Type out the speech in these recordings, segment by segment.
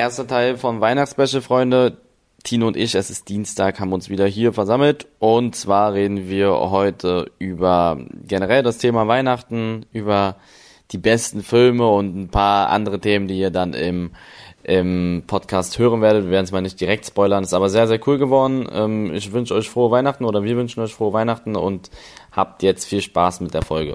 erster Teil von Weihnachtsspecial, Freunde. Tino und ich, es ist Dienstag, haben uns wieder hier versammelt. Und zwar reden wir heute über generell das Thema Weihnachten, über die besten Filme und ein paar andere Themen, die ihr dann im Podcast hören werdet. Wir werden es mal nicht direkt spoilern, ist aber sehr, sehr cool geworden. Ich wünsche euch frohe Weihnachten oder wir wünschen euch frohe Weihnachten und habt jetzt viel Spaß mit der Folge.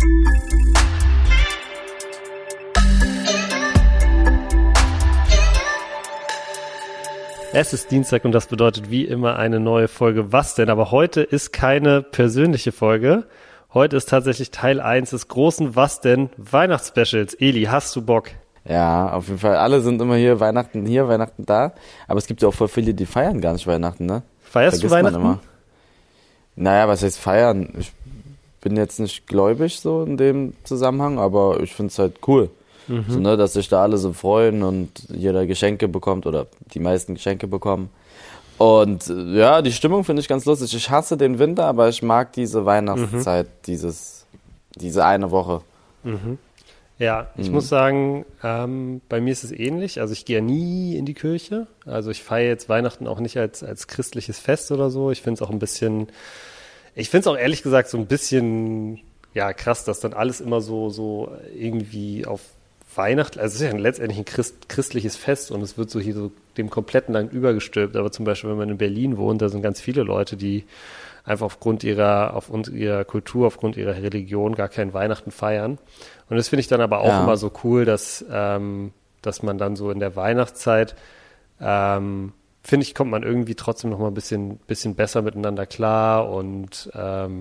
Es ist Dienstag und das bedeutet wie immer eine neue Folge Was denn? Aber heute ist keine persönliche Folge. Heute ist tatsächlich Teil 1 des großen Was denn? Weihnachtsspecials. Eli, hast du Bock? Ja, auf jeden Fall. Alle sind immer hier, Weihnachten da. Aber es gibt ja auch voll viele, die feiern gar nicht Weihnachten, ne? Feierst du Weihnachten? Man immer. Naja, was heißt feiern? Ich bin jetzt nicht gläubig so in dem Zusammenhang, aber ich find's halt cool. So, ne, dass sich da alle so freuen und jeder Geschenke bekommt oder die meisten Geschenke bekommen. Und ja, die Stimmung finde ich ganz lustig. Ich hasse den Winter, aber ich mag diese Weihnachtszeit, diese eine Woche. Ja, ich muss sagen, bei mir ist es ähnlich. Also ich gehe ja nie in die Kirche. Also ich feiere jetzt Weihnachten auch nicht als christliches Fest oder so. Ich finde es auch ehrlich gesagt so ein bisschen, ja, krass, dass dann alles immer so irgendwie auf Weihnachten, also es ist ja letztendlich ein christliches Fest und es wird so hier so dem kompletten Land übergestülpt, aber zum Beispiel, wenn man in Berlin wohnt, da sind ganz viele Leute, die einfach aufgrund ihrer Kultur, aufgrund ihrer Religion gar kein Weihnachten feiern. Und das finde ich dann aber auch immer so cool, dass man dann so in der Weihnachtszeit, finde ich, kommt man irgendwie trotzdem noch mal ein bisschen besser miteinander klar und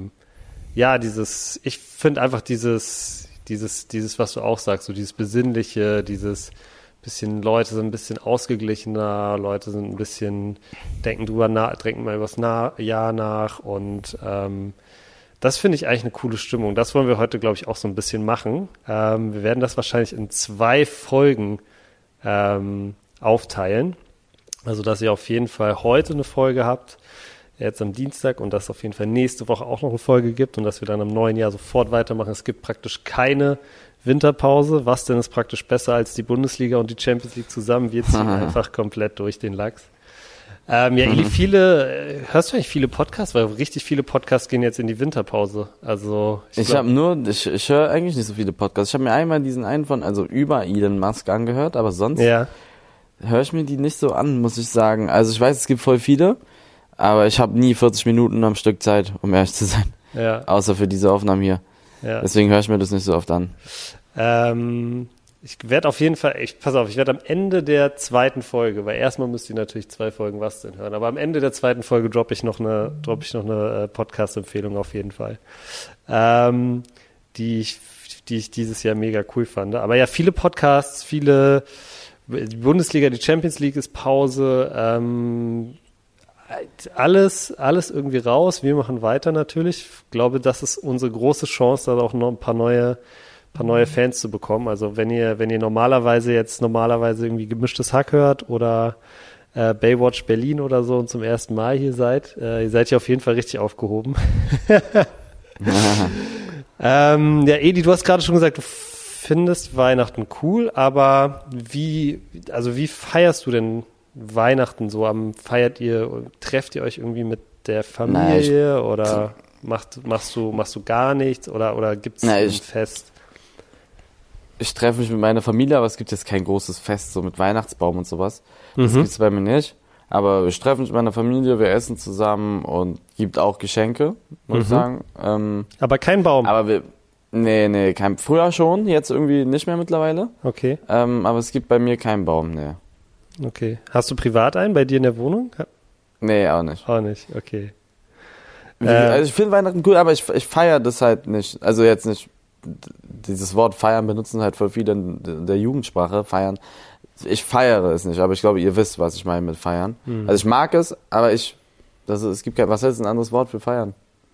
ich finde einfach dieses, was du auch sagst, so dieses Besinnliche, dieses bisschen, Leute sind ein bisschen ausgeglichener, Leute sind ein bisschen, denken mal übers Jahr nach und das finde ich eigentlich eine coole Stimmung. Das wollen wir heute, glaube ich, auch so ein bisschen machen. Wir werden das wahrscheinlich in 2 Folgen aufteilen. Also, dass ihr auf jeden Fall heute eine Folge habt, jetzt am Dienstag und dass es auf jeden Fall nächste Woche auch noch eine Folge gibt und dass wir dann im neuen Jahr sofort weitermachen. Es gibt praktisch keine Winterpause. Was denn ist praktisch besser als die Bundesliga und die Champions League zusammen? Wir ziehen einfach komplett durch den Lachs. Eli, hörst du eigentlich viele Podcasts? Weil richtig viele Podcasts gehen jetzt in die Winterpause. Also ich höre eigentlich nicht so viele Podcasts. Ich habe mir einmal diesen einen über Elon Musk angehört, aber sonst höre ich mir die nicht so an, muss ich sagen. Also ich weiß, es gibt voll viele, aber ich habe nie 40 Minuten am Stück Zeit, um ehrlich zu sein. Ja. Außer für diese Aufnahmen hier. Ja. Deswegen höre ich mir das nicht so oft an. Ich werde auf jeden Fall, ich werde am Ende der 2. Folge, weil erstmal müsst ihr natürlich 2 Folgen Was denn hören, aber am Ende der 2. Folge droppe ich noch eine Podcast-Empfehlung auf jeden Fall, die ich dieses Jahr mega cool fand. Aber ja, viele Podcasts, die Bundesliga, die Champions League ist Pause, alles irgendwie raus. Wir machen weiter natürlich. Ich glaube, das ist unsere große Chance, da auch noch ein paar neue Fans zu bekommen. Also wenn ihr normalerweise irgendwie Gemischtes Hack hört oder Baywatch Berlin oder so und zum ersten Mal hier seid, ihr seid hier auf jeden Fall richtig aufgehoben. Edi, du hast gerade schon gesagt, du findest Weihnachten cool, aber wie feierst du denn Weihnachten so? Trefft ihr euch irgendwie mit der Familie oder machst du gar nichts oder gibt's ein Fest? Ich treffe mich mit meiner Familie, aber es gibt jetzt kein großes Fest, so mit Weihnachtsbaum und sowas. Das gibt's bei mir nicht. Aber ich treffe mich mit meiner Familie, wir essen zusammen und gibt auch Geschenke, muss ich sagen. Aber kein Baum? Aber nee, kein. Früher schon, jetzt irgendwie nicht mehr mittlerweile. Okay. Aber es gibt bei mir keinen Baum, nee. Okay. Hast du privat einen bei dir in der Wohnung? Nee, auch nicht. Auch nicht, okay. Also ich finde Weihnachten cool, aber ich feiere das halt nicht. Also jetzt nicht, dieses Wort feiern benutzen halt voll viele in der Jugendsprache, feiern. Ich feiere es nicht, aber ich glaube, ihr wisst, was ich meine mit feiern. Also ich mag es, aber es gibt was heißt ein anderes Wort für feiern?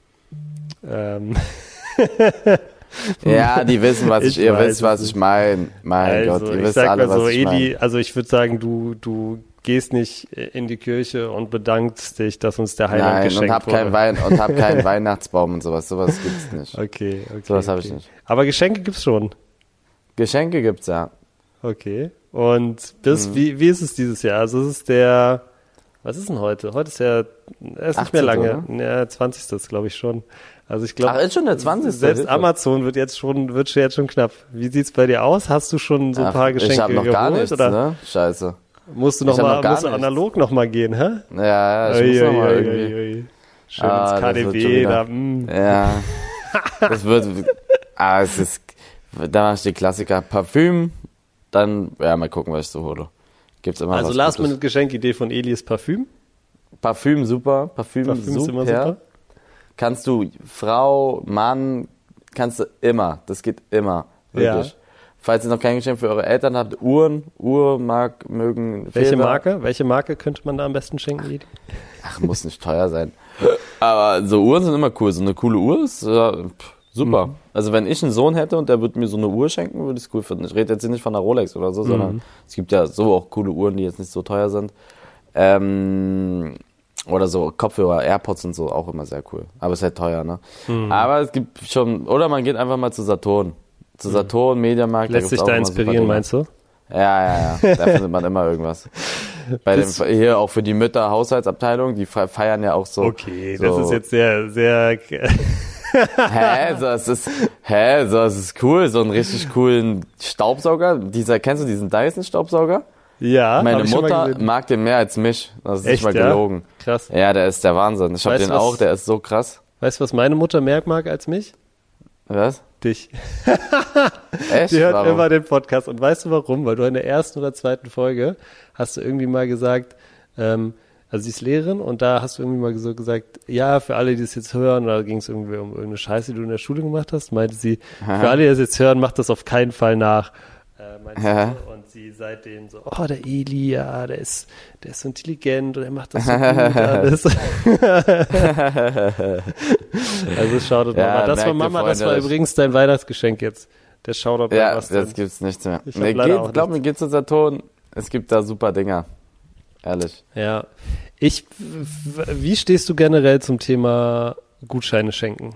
Ja, die wissen, ihr wisst, was ich meine. Mein Gott, ihr wisst alle, was ich meine. Also ich würde sagen, du gehst nicht in die Kirche und bedankst dich, dass uns der Heiland geschenkt wurde. Und hab keinen Weihnachtsbaum und sowas. Sowas gibt's nicht. Okay. Sowas habe ich nicht. Aber Geschenke gibt's schon. Geschenke gibt's, ja. Okay. Und wie ist es dieses Jahr? Also es ist was ist denn heute? Heute ist er ist nicht mehr lange. Oder? Ja, 20. glaube ich schon. Also ich glaube. Ach, ist schon der 20. Selbst Amazon wird jetzt schon knapp. Wie sieht's bei dir aus? Hast du schon so ein paar Geschenke ich hab noch geholt? Gar nichts, oder? Ne? Scheiße. Musst du analog noch mal gehen, hä? Ja, ich muss noch mal irgendwie. Schön ins KDW da. Ja. Das wird, es ist, dann hast du die Klassiker Parfüm, dann, mal gucken, was ich so hole. Gibt's immer also was Last-Minute-Geschenkidee von Eli ist Parfüm? Parfüm super, Parfüm ist super. immer super. Kannst du, Frau, Mann, kannst du immer, das geht immer, wirklich. Ja. Falls ihr noch kein Geschenk für eure Eltern habt, mögen. Welche Marke könnte man da am besten schenken, Eli? Ach, muss nicht teuer sein. Aber so Uhren sind immer cool. So eine coole Uhr ist super. Also wenn ich einen Sohn hätte und der würde mir so eine Uhr schenken, würde ich es cool finden. Ich rede jetzt nicht von einer Rolex oder so, sondern es gibt ja so auch coole Uhren, die jetzt nicht so teuer sind. Oder so Kopfhörer, AirPods und so, auch immer sehr cool. Aber es ist halt teuer, ne? Aber es gibt schon, oder man geht einfach mal zu Saturn. Zu Saturn, Mediamarkt. Lässt sich da inspirieren, meinst du? Ja. Da findet man immer irgendwas. Hier auch für die Mütter Haushaltsabteilung, die feiern ja auch so. Okay, so. Das ist jetzt sehr, sehr. Es ist cool, so einen richtig coolen Staubsauger. Kennst du diesen Dyson-Staubsauger? Ja. Meine Mutter mag den mehr als mich. Das ist echt, nicht mal gelogen. Ja? Krass. Ja, der ist der Wahnsinn. Ich hab den auch, der ist so krass. Weißt du, was meine Mutter mehr mag als mich? Was? Dich. Echt? Die hört immer den Podcast. Und weißt du warum? Weil du in der ersten oder zweiten Folge hast du irgendwie mal gesagt, also sie ist Lehrerin und da hast du irgendwie mal so gesagt, ja, für alle, die das jetzt hören, oder ging es irgendwie um irgendeine Scheiße, die du in der Schule gemacht hast, meinte sie, für alle, die das jetzt hören, macht das auf keinen Fall nach. Und sie seitdem so, oh, der Eli, ja, der ist so intelligent und er macht das so gut alles. Also Shoutout Mama. Das war Mama, das war übrigens dein Weihnachtsgeschenk jetzt. Der Shoutout ja, was jetzt gibt's nichts mehr. Mir geht's zu Saturn. Es gibt da super Dinger. Ehrlich. Ja. Wie stehst du generell zum Thema Gutscheine schenken?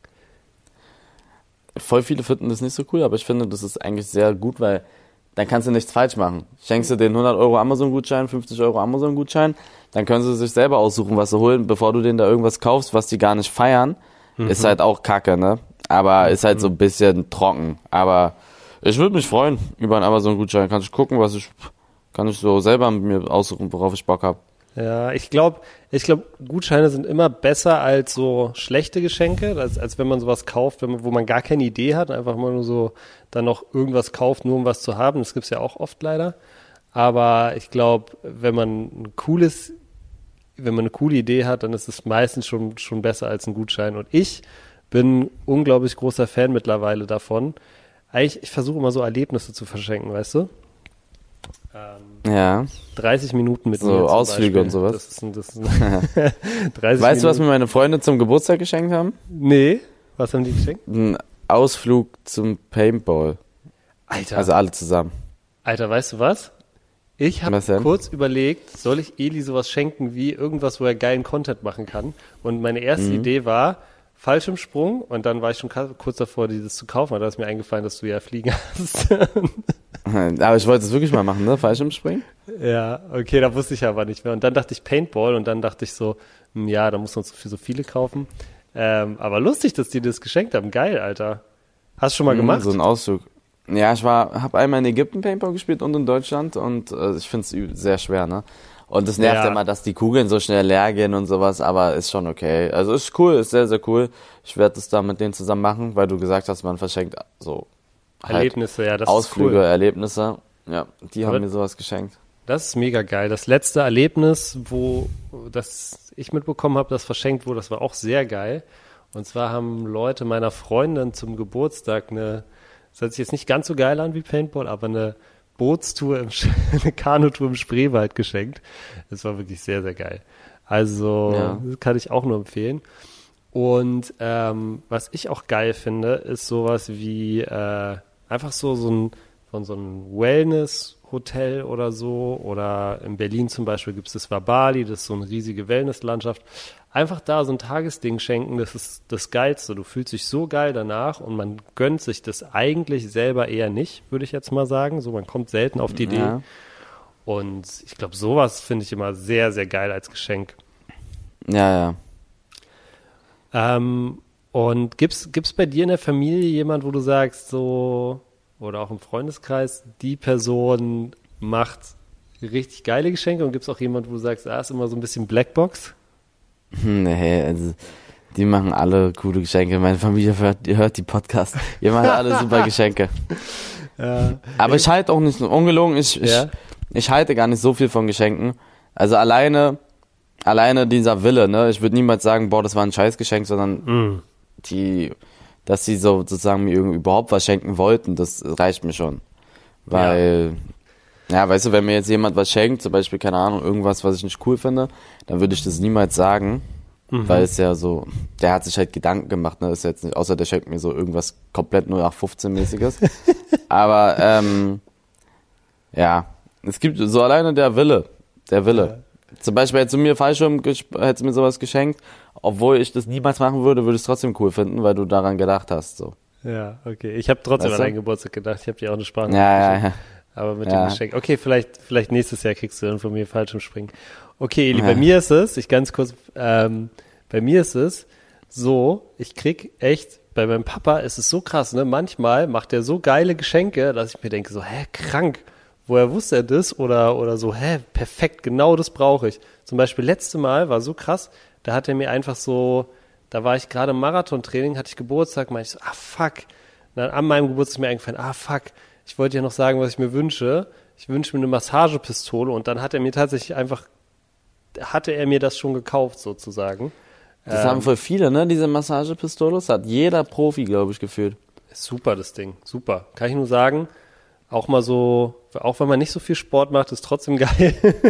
Voll viele finden das nicht so cool, aber ich finde, das ist eigentlich sehr gut, weil dann kannst du nichts falsch machen. Schenkst du den 100 Euro Amazon-Gutschein, 50 Euro Amazon-Gutschein, dann können sie sich selber aussuchen, was sie holen, bevor du denen da irgendwas kaufst, was die gar nicht feiern. Ist halt auch kacke, ne? Aber ist halt so ein bisschen trocken. Aber ich würde mich freuen über einen Amazon-Gutschein. Kann ich gucken, kann ich so selber mir aussuchen, worauf ich Bock habe. Ja, ich glaube, Gutscheine sind immer besser als so schlechte Geschenke, als wenn man sowas kauft, wo man gar keine Idee hat, einfach mal nur so dann noch irgendwas kauft, nur um was zu haben. Das gibt's ja auch oft leider. Aber ich glaube, wenn man eine coole Idee hat, dann ist es meistens schon besser als ein Gutschein. Und ich bin unglaublich großer Fan mittlerweile davon. Eigentlich, ich versuche immer so Erlebnisse zu verschenken, weißt du? Ja. 30 Minuten mit so mir. So Ausflüge und sowas. Das ist 30 weißt du, was mir meine Freunde zum Geburtstag geschenkt haben? Nee. Was haben die geschenkt? Ein Ausflug zum Paintball. Alter. Also alle zusammen. Alter, weißt du was? Ich habe kurz überlegt, soll ich Eli sowas schenken wie irgendwas, wo er geilen Content machen kann? Und meine erste Idee war Fallschirmsprung und dann war ich schon kurz davor, dieses zu kaufen. Da ist mir eingefallen, dass du ja fliegen hast. Aber ich wollte es wirklich mal machen, ne? Fallschirmspringen? Ja, okay, da wusste ich aber nicht mehr. Und dann dachte ich Paintball und dann dachte ich so, ja, da muss man für so viele kaufen. Aber lustig, dass die das geschenkt haben. Geil, Alter. Hast du schon mal gemacht? So ein Ausflug. Ja, habe einmal in Ägypten Paintball gespielt und in Deutschland und ich finde es sehr schwer, ne? Und es nervt immer, dass die Kugeln so schnell leer gehen und sowas, aber ist schon okay. Also ist cool, ist sehr, sehr cool. Ich werde das da mit denen zusammen machen, weil du gesagt hast, man verschenkt so halt Erlebnisse, ja, das Ausflüge, ist cool. Erlebnisse. Ja, die haben mir sowas geschenkt. Das ist mega geil. Das letzte Erlebnis, das ich mitbekommen habe, das verschenkt wurde, das war auch sehr geil. Und zwar haben Leute meiner Freundin zum Geburtstag das hört sich jetzt nicht ganz so geil an wie Paintball, aber eine Bootstour, eine Kanutour im Spreewald geschenkt. Das war wirklich sehr, sehr geil. Also, Das kann ich auch nur empfehlen. Und was ich auch geil finde, ist sowas wie einfach so ein Wellness Hotel oder so. Oder in Berlin zum Beispiel gibt es das Vabali, das ist so eine riesige Wellnesslandschaft. Einfach da so ein Tagesding schenken, das ist das Geilste. Du fühlst dich so geil danach und man gönnt sich das eigentlich selber eher nicht, würde ich jetzt mal sagen. So, man kommt selten auf die Idee. Ja. Und ich glaube, sowas finde ich immer sehr, sehr geil als Geschenk. Ja. Und gibt's bei dir in der Familie jemand, wo du sagst, so, oder auch im Freundeskreis, die Person macht richtig geile Geschenke, und gibt's auch jemand, wo du sagst, ist immer so ein bisschen Blackbox? Nee, also die machen alle coole Geschenke. Meine Familie hört die Podcasts. Die machen alle super Geschenke. Aber ich halte auch nicht, ungelogen, ich halte gar nicht so viel von Geschenken. Also alleine dieser Wille, ne? Ich würde niemals sagen, boah, das war ein Scheißgeschenk, sondern dass sie so sozusagen mir überhaupt was schenken wollten, das reicht mir schon. Weil, weißt du, wenn mir jetzt jemand was schenkt, zum Beispiel, keine Ahnung, irgendwas, was ich nicht cool finde, dann würde ich das niemals sagen, weil es ja so, der hat sich halt Gedanken gemacht, ne? Ist jetzt nicht, außer der schenkt mir so irgendwas komplett 0815-mäßiges. Aber, es gibt so alleine der Wille. Ja. Zum Beispiel hättest du mir hättest mir sowas geschenkt, obwohl ich das niemals machen würde ich es trotzdem cool finden, weil du daran gedacht hast, so. Ja, okay. Ich habe trotzdem an deinen Geburtstag gedacht. Ich habe dir auch eine Sprache Ja. Aber mit dem Geschenk. Okay, vielleicht nächstes Jahr kriegst du dann von mir Fallschirmspringen. Okay, Eli, bei mir ist es, bei mir ist es so, ich krieg echt, bei meinem Papa ist es so krass, ne? Manchmal macht er so geile Geschenke, dass ich mir denke so, krank. Woher wusste er das? Oder so, perfekt, genau das brauche ich. Zum Beispiel letzte Mal war so krass, da hat er mir einfach so, da war ich gerade im Marathontraining, hatte ich Geburtstag, meinte ich so, fuck. Und dann an meinem Geburtstag ist mir eingefallen, fuck, ich wollte ja noch sagen, was ich mir wünsche. Ich wünsche mir eine Massagepistole, und dann hat er mir tatsächlich hatte er mir das schon gekauft sozusagen. Das haben voll viele, ne, diese Massagepistole. Das hat jeder Profi, glaube ich, gefühlt. Super, das Ding, super. Kann ich nur sagen, auch mal so, auch wenn man nicht so viel Sport macht, ist trotzdem geil.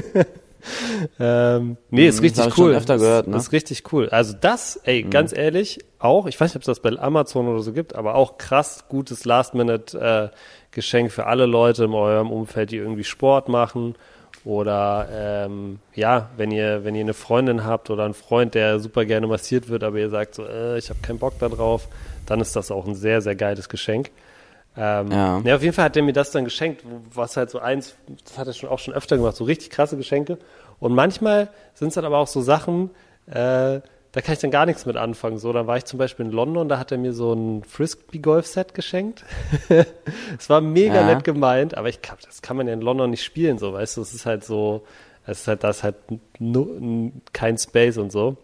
Ist richtig das cool. Schon öfter gehört, ne? Das ist richtig cool. Also das, ganz ehrlich, auch, ich weiß nicht, ob es das bei Amazon oder so gibt, aber auch krass gutes Last-Minute-Geschenk für alle Leute in eurem Umfeld, die irgendwie Sport machen. Oder wenn ihr eine Freundin habt oder einen Freund, der super gerne massiert wird, aber ihr sagt so, ich habe keinen Bock da drauf, dann ist das auch ein sehr, sehr geiles Geschenk. Auf jeden Fall hat er mir das dann geschenkt, was halt so das hat er auch schon öfter gemacht, so richtig krasse Geschenke. Und manchmal sind es dann aber auch so Sachen, da kann ich dann gar nichts mit anfangen. So, dann war ich zum Beispiel in London, da hat er mir so ein Frisbee-Golf-Set geschenkt. Es war mega nett gemeint, aber das kann man ja in London nicht spielen, so, weißt du, es ist halt so, da ist halt kein Space und so.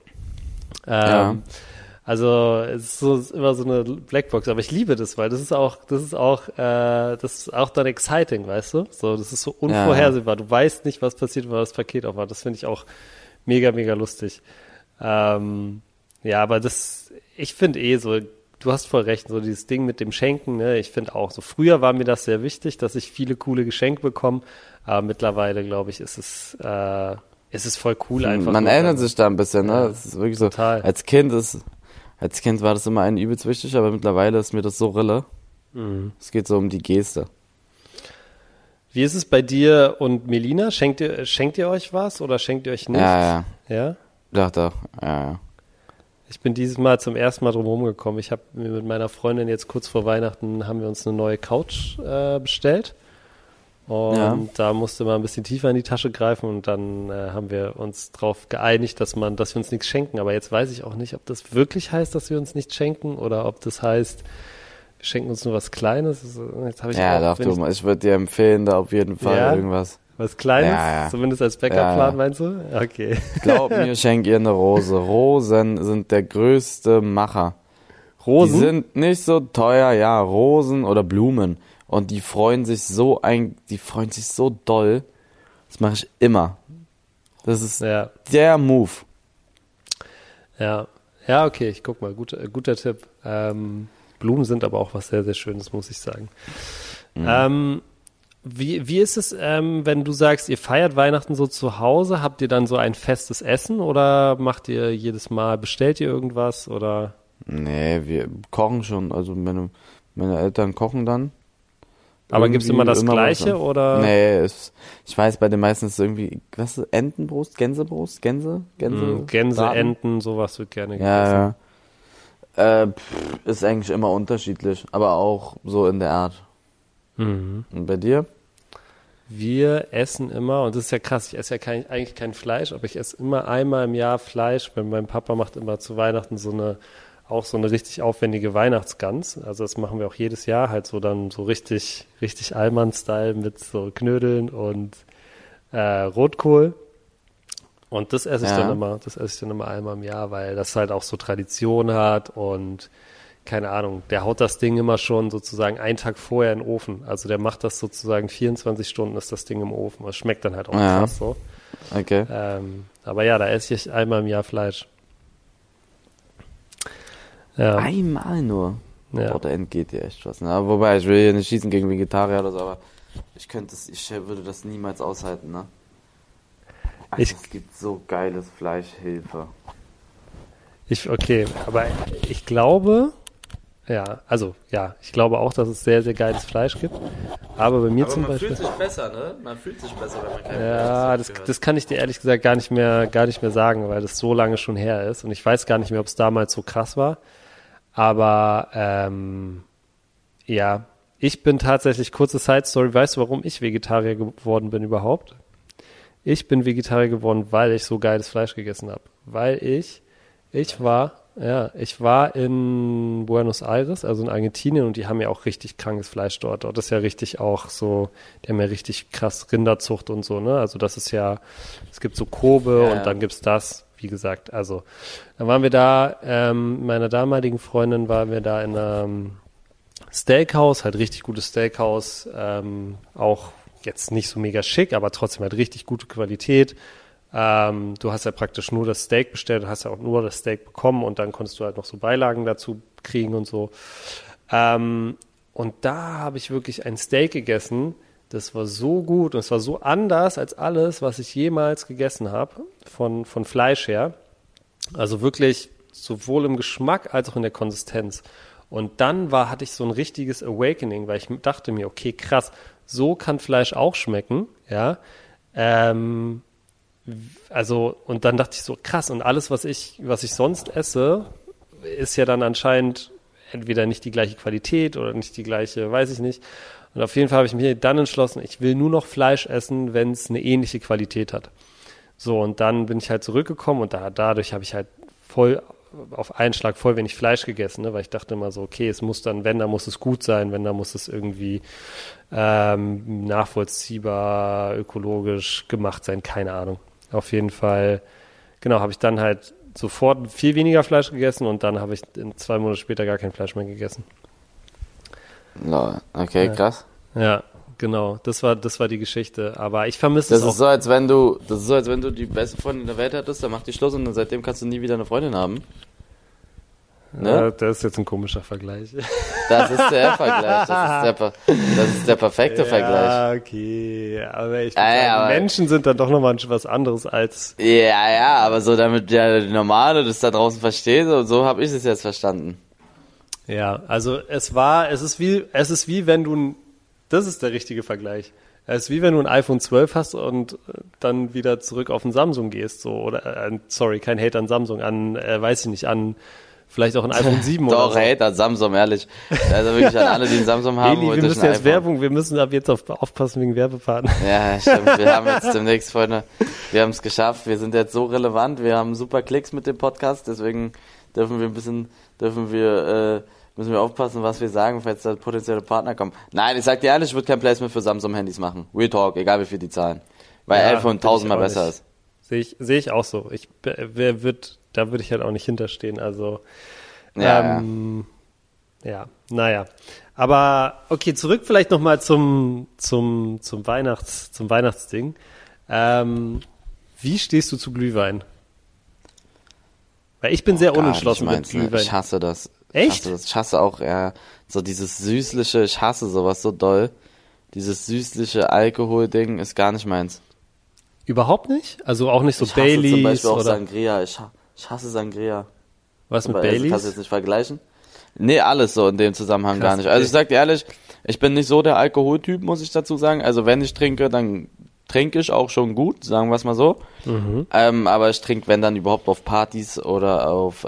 Also es ist immer so eine Blackbox, aber ich liebe das, weil das ist auch dann exciting, weißt du? So, das ist so unvorhersehbar. Du weißt nicht, was passiert, wenn man das Paket aufmacht. Das finde ich auch mega, mega lustig. Aber ich finde so, du hast voll recht, so dieses Ding mit dem Schenken, ne? Ich finde auch so, früher war mir das sehr wichtig, dass ich viele coole Geschenke bekomme, aber mittlerweile, glaube ich, ist es voll cool einfach. Man erinnert sich da ein bisschen, ne? Das ist wirklich total. So, als Kind war das immer ein übelst wichtig, aber mittlerweile ist mir das so Rille. Es geht so um die Geste. Wie ist es bei dir und Melina? Schenkt ihr euch was oder schenkt ihr euch nichts? Ja? Doch. Ja. Ich bin dieses Mal zum ersten Mal drum rumgekommen. Ich habe mir mit meiner Freundin jetzt kurz vor Weihnachten haben wir uns eine neue Couch bestellt. Und da musste man ein bisschen tiefer in die Tasche greifen, und dann haben wir uns darauf geeinigt, dass wir uns nichts schenken. Aber jetzt weiß ich auch nicht, ob das wirklich heißt, dass wir uns nichts schenken, oder ob das heißt, wir schenken uns nur was Kleines. Jetzt habe ich ich würde dir empfehlen, da auf jeden Fall irgendwas. Was Kleines? Zumindest als Backup-Plan, meinst du? Okay. Glaub mir, schenk ihr eine Rose. Rosen sind der größte Macher. Rosen? Die sind nicht so teuer, Rosen oder Blumen. Und die freuen sich so doll. Das mache ich immer. Das ist der Move. Ja, okay, ich guck mal, guter Tipp. Blumen sind aber auch was sehr, sehr Schönes, muss ich sagen. Wie ist es, wenn du sagst, ihr feiert Weihnachten so zu Hause? Habt ihr dann so ein festes Essen, oder macht ihr jedes Mal, bestellt ihr irgendwas, oder? Nee, wir kochen schon. Also meine Eltern kochen dann. Aber gibt's immer das Gleiche, oder? Nee, ich weiß, bei den meisten ist es irgendwie, was ist Entenbrust, Gänsebrust, Gänse, Gänse, Enten, sowas wird gerne gegessen. Ja. Ist eigentlich immer unterschiedlich, aber auch so in der Art. Und bei dir? Wir essen immer, und das ist ja krass, ich esse ja eigentlich kein Fleisch, aber ich esse immer einmal im Jahr Fleisch, weil mein Papa macht immer zu Weihnachten so eine richtig aufwendige Weihnachtsgans. Also das machen wir auch jedes Jahr, halt so dann so richtig Allmann-Style mit so Knödeln und Rotkohl. Und das esse ich dann immer einmal im Jahr, weil das halt auch so Tradition hat und keine Ahnung, der haut das Ding immer schon sozusagen einen Tag vorher in den Ofen. Also der macht das sozusagen 24 Stunden ist das Ding im Ofen. Das schmeckt dann halt auch krass so. Okay. Aber ja, da esse ich einmal im Jahr Fleisch. Ja. Einmal nur? Ja. Boah, da entgeht dir echt was. Ne? Wobei, ich will hier nicht schießen gegen Vegetarier oder so, aber ich würde das niemals aushalten, ne? Also, es gibt so geiles Fleisch, Hilfe. Okay, aber ich glaube, ich glaube auch, dass es sehr, sehr geiles Fleisch gibt. Aber bei mir zum Beispiel. Man fühlt sich besser, ne? Man fühlt sich besser, wenn man kein Fleisch isst. Das kann ich dir ehrlich gesagt gar nicht mehr sagen, weil das so lange schon her ist. Und ich weiß gar nicht mehr, ob es damals so krass war. Aber, ich bin tatsächlich, kurze Side-Story, weißt du, warum ich Vegetarier geworden bin überhaupt? Ich bin Vegetarier geworden, weil ich so geiles Fleisch gegessen habe. Weil ich war in Buenos Aires, also in Argentinien, und die haben ja auch richtig krankes Fleisch dort. Dort ist ja richtig auch so, die haben ja richtig krass Rinderzucht und so, ne? Also das ist ja, es gibt so Kobe und dann gibt's das, wie gesagt. Also, dann waren wir da, mit meiner damaligen Freundin waren wir da in einem Steakhouse, halt richtig gutes Steakhouse, auch jetzt nicht so mega schick, aber trotzdem halt richtig gute Qualität. Du hast ja praktisch nur das Steak bestellt, du hast ja auch nur das Steak bekommen und dann konntest du halt noch so Beilagen dazu kriegen und so. Und da habe ich wirklich ein Steak gegessen, das war so gut und es war so anders als alles, was ich jemals gegessen habe, von Fleisch her. Also wirklich sowohl im Geschmack als auch in der Konsistenz. Und dann hatte ich so ein richtiges Awakening, weil ich dachte mir, okay, krass, so kann Fleisch auch schmecken, ja. Also, und dann dachte ich so, krass, und alles, was ich sonst esse, ist ja dann anscheinend entweder nicht die gleiche Qualität oder nicht die gleiche, weiß ich nicht. Und auf jeden Fall habe ich mich dann entschlossen, ich will nur noch Fleisch essen, wenn es eine ähnliche Qualität hat. So, und dann bin ich halt zurückgekommen und dadurch habe ich halt voll auf einen Schlag voll wenig Fleisch gegessen, ne? Weil ich dachte immer so, okay, es muss dann, wenn, dann muss es gut sein, wenn, dann muss es irgendwie nachvollziehbar, ökologisch gemacht sein, keine Ahnung. Auf jeden Fall, genau, habe ich dann halt sofort viel weniger Fleisch gegessen und dann habe ich 2 Monate später gar kein Fleisch mehr gegessen. No, okay, krass. Ja, genau, das war die Geschichte, aber ich vermisse es auch. Das ist so, als wenn du die beste Freundin der Welt hattest, dann macht die Schluss und dann seitdem kannst du nie wieder eine Freundin haben. Ne? Ja, das ist jetzt ein komischer Vergleich. Das ist der Vergleich, das ist der perfekte Vergleich. Ja, okay, aber ich würde sagen, Menschen sind dann doch nochmal was anderes als... Ja, aber so damit der Normale das da draußen versteht, so habe ich es jetzt verstanden. Ja, also es ist wie wenn du das ist der richtige Vergleich. Es ist wie wenn du ein iPhone 12 hast und dann wieder zurück auf ein Samsung gehst, so, oder, sorry, kein Hate an Samsung, weiß ich nicht, an vielleicht auch ein iPhone 7 oder so. Doch, Hate an Samsung, ehrlich. Also wirklich an alle, die einen Samsung haben. Eli, wir müssen jetzt Werbung, wir müssen ab jetzt aufpassen wegen Werbepartner. Ja, stimmt, wir haben jetzt demnächst, Freunde, wir haben es geschafft, wir sind jetzt so relevant, wir haben super Klicks mit dem Podcast, deswegen müssen wir aufpassen, was wir sagen, falls da potenzielle Partner kommen. Nein, ich sag dir ehrlich, ich würde kein Placement für Samsung-Handys machen. Real Talk, egal wie viel die zahlen. Weil 11 tausendmal besser ist. Sehe ich auch so. Da würde ich halt auch nicht hinterstehen. Also, naja. Aber, okay, zurück vielleicht nochmal zum Weihnachtsding. Wie stehst du zu Glühwein? Weil ich bin sehr unentschlossen mit Glühwein. Ich hasse das. Echt? Ich hasse auch, so dieses süßliche, ich hasse sowas so doll. Dieses süßliche Alkohol-Ding ist gar nicht meins. Überhaupt nicht? Also auch nicht so ich Baileys zum Beispiel auch oder? Sangria. Ich hasse Sangria. Was mit Baileys? Baileys? Kannst du jetzt nicht vergleichen? Nee, alles so in dem Zusammenhang gar nicht. Also ich sag dir ehrlich, Ich bin nicht so der Alkoholtyp, muss ich dazu sagen. Also wenn ich trinke, dann trinke ich auch schon gut, sagen wir es mal so. Aber ich trinke, wenn dann überhaupt auf Partys oder auf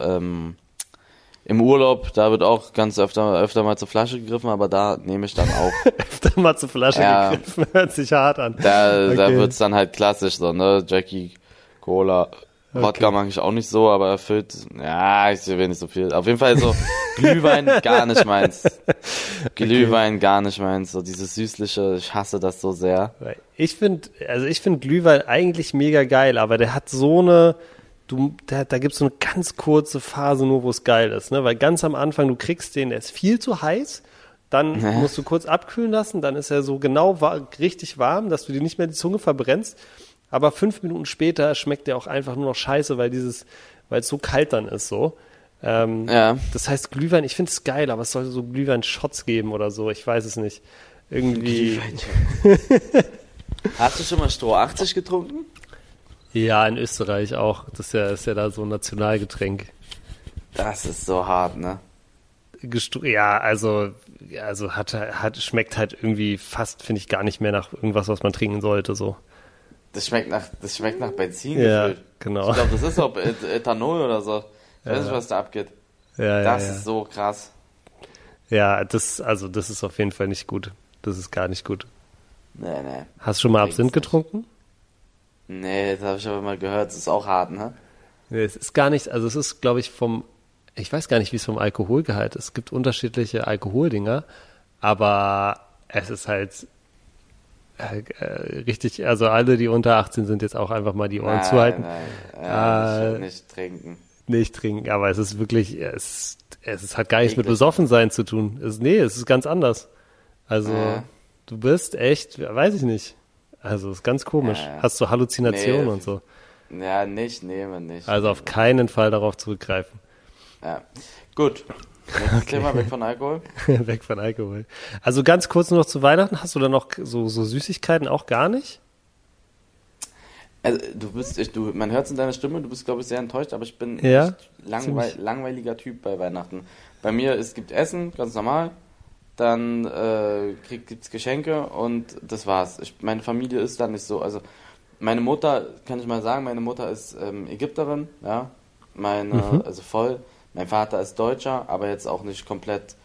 im Urlaub, da wird auch ganz öfter mal zur Flasche gegriffen, aber da nehme ich dann auch. Öfter mal zur Flasche gegriffen, hört sich hart an. Da wird's dann halt klassisch so, ne? Jackie, Cola, Wodka mag ich auch nicht so, aber erfüllt, ja, ich will nicht so viel. Auf jeden Fall so Glühwein gar nicht meins. Glühwein gar nicht meins. So dieses Süßliche, ich hasse das so sehr. Ich finde Glühwein eigentlich mega geil, aber der hat so eine, da gibt's so eine ganz kurze Phase nur, wo es geil ist, ne? Weil ganz am Anfang, du kriegst den, der ist viel zu heiß, dann musst du kurz abkühlen lassen, dann ist er so genau richtig warm, dass du dir nicht mehr die Zunge verbrennst. Aber 5 Minuten später schmeckt der auch einfach nur noch scheiße, weil es so kalt dann ist, so. Das heißt Glühwein, ich finde es geil, aber es sollte so Glühwein-Shots geben oder so, ich weiß es nicht. Irgendwie. Hast du schon mal Stroh 80 getrunken? Ja, in Österreich auch. Das ist ja da so ein Nationalgetränk. Das ist so hart, ne? Ja, also schmeckt halt irgendwie fast, finde ich, gar nicht mehr nach irgendwas, was man trinken sollte, so. Das schmeckt nach Benzin ja, gefühlt. Genau. Ich glaube, das ist auch Ethanol oder so. Ich weiß nicht, was da abgeht. Das ist so krass. Ja, das ist auf jeden Fall nicht gut. Das ist gar nicht gut. Nee. Hast du schon mal Absinth getrunken? Nee, das habe ich aber mal gehört. Das ist auch hart, ne? Nee, es ist gar nicht, also es ist, glaube ich, ich weiß gar nicht, wie es vom Alkoholgehalt ist. Es gibt unterschiedliche Alkoholdinger, aber es ist halt richtig, also alle, die unter 18 sind, jetzt auch einfach mal die Ohren zuhalten. Nein, nicht trinken. Nicht trinken, aber es ist wirklich, es hat gar nichts mit Besoffensein zu tun. Es ist ganz anders. Also, du bist echt, weiß ich nicht. Also, es ist ganz komisch. Hast du Halluzinationen und so? Ja, nicht. Also, auf keinen Fall darauf zurückgreifen. Ja, gut. Nächstes Thema, weg von Alkohol. Weg von Alkohol. Also, ganz kurz noch zu Weihnachten. Hast du dann noch so Süßigkeiten auch gar nicht? Also, man hört es in deiner Stimme, du bist, glaube ich, sehr enttäuscht, aber ich bin echt langweiliger Typ bei Weihnachten. Bei mir, es gibt Essen, ganz normal, dann gibt's Geschenke und das war's. Meine Familie ist da nicht so, also meine Mutter, kann ich mal sagen, meine Mutter ist Ägypterin, ja, also voll. Mein Vater ist Deutscher, aber jetzt auch nicht komplett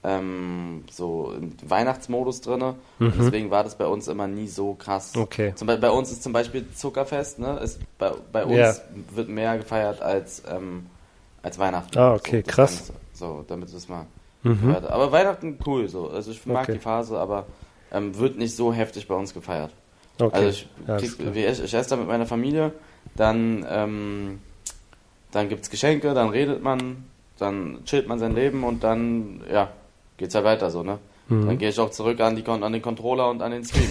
so im Weihnachtsmodus drinne. Und deswegen war das bei uns immer nie so krass. Okay. Bei uns ist zum Beispiel Zuckerfest, ne? Bei uns wird mehr gefeiert als Weihnachten. Ah, okay, so, krass. So, damit es mal gehört. Aber Weihnachten cool so. Also ich mag die Phase, aber wird nicht so heftig bei uns gefeiert. Okay. Also ich esse da mit meiner Familie, dann gibt's Geschenke, dann redet man, dann chillt man sein Leben und dann, geht's ja weiter so, ne? Dann gehe ich auch zurück an den Controller und an den Stream.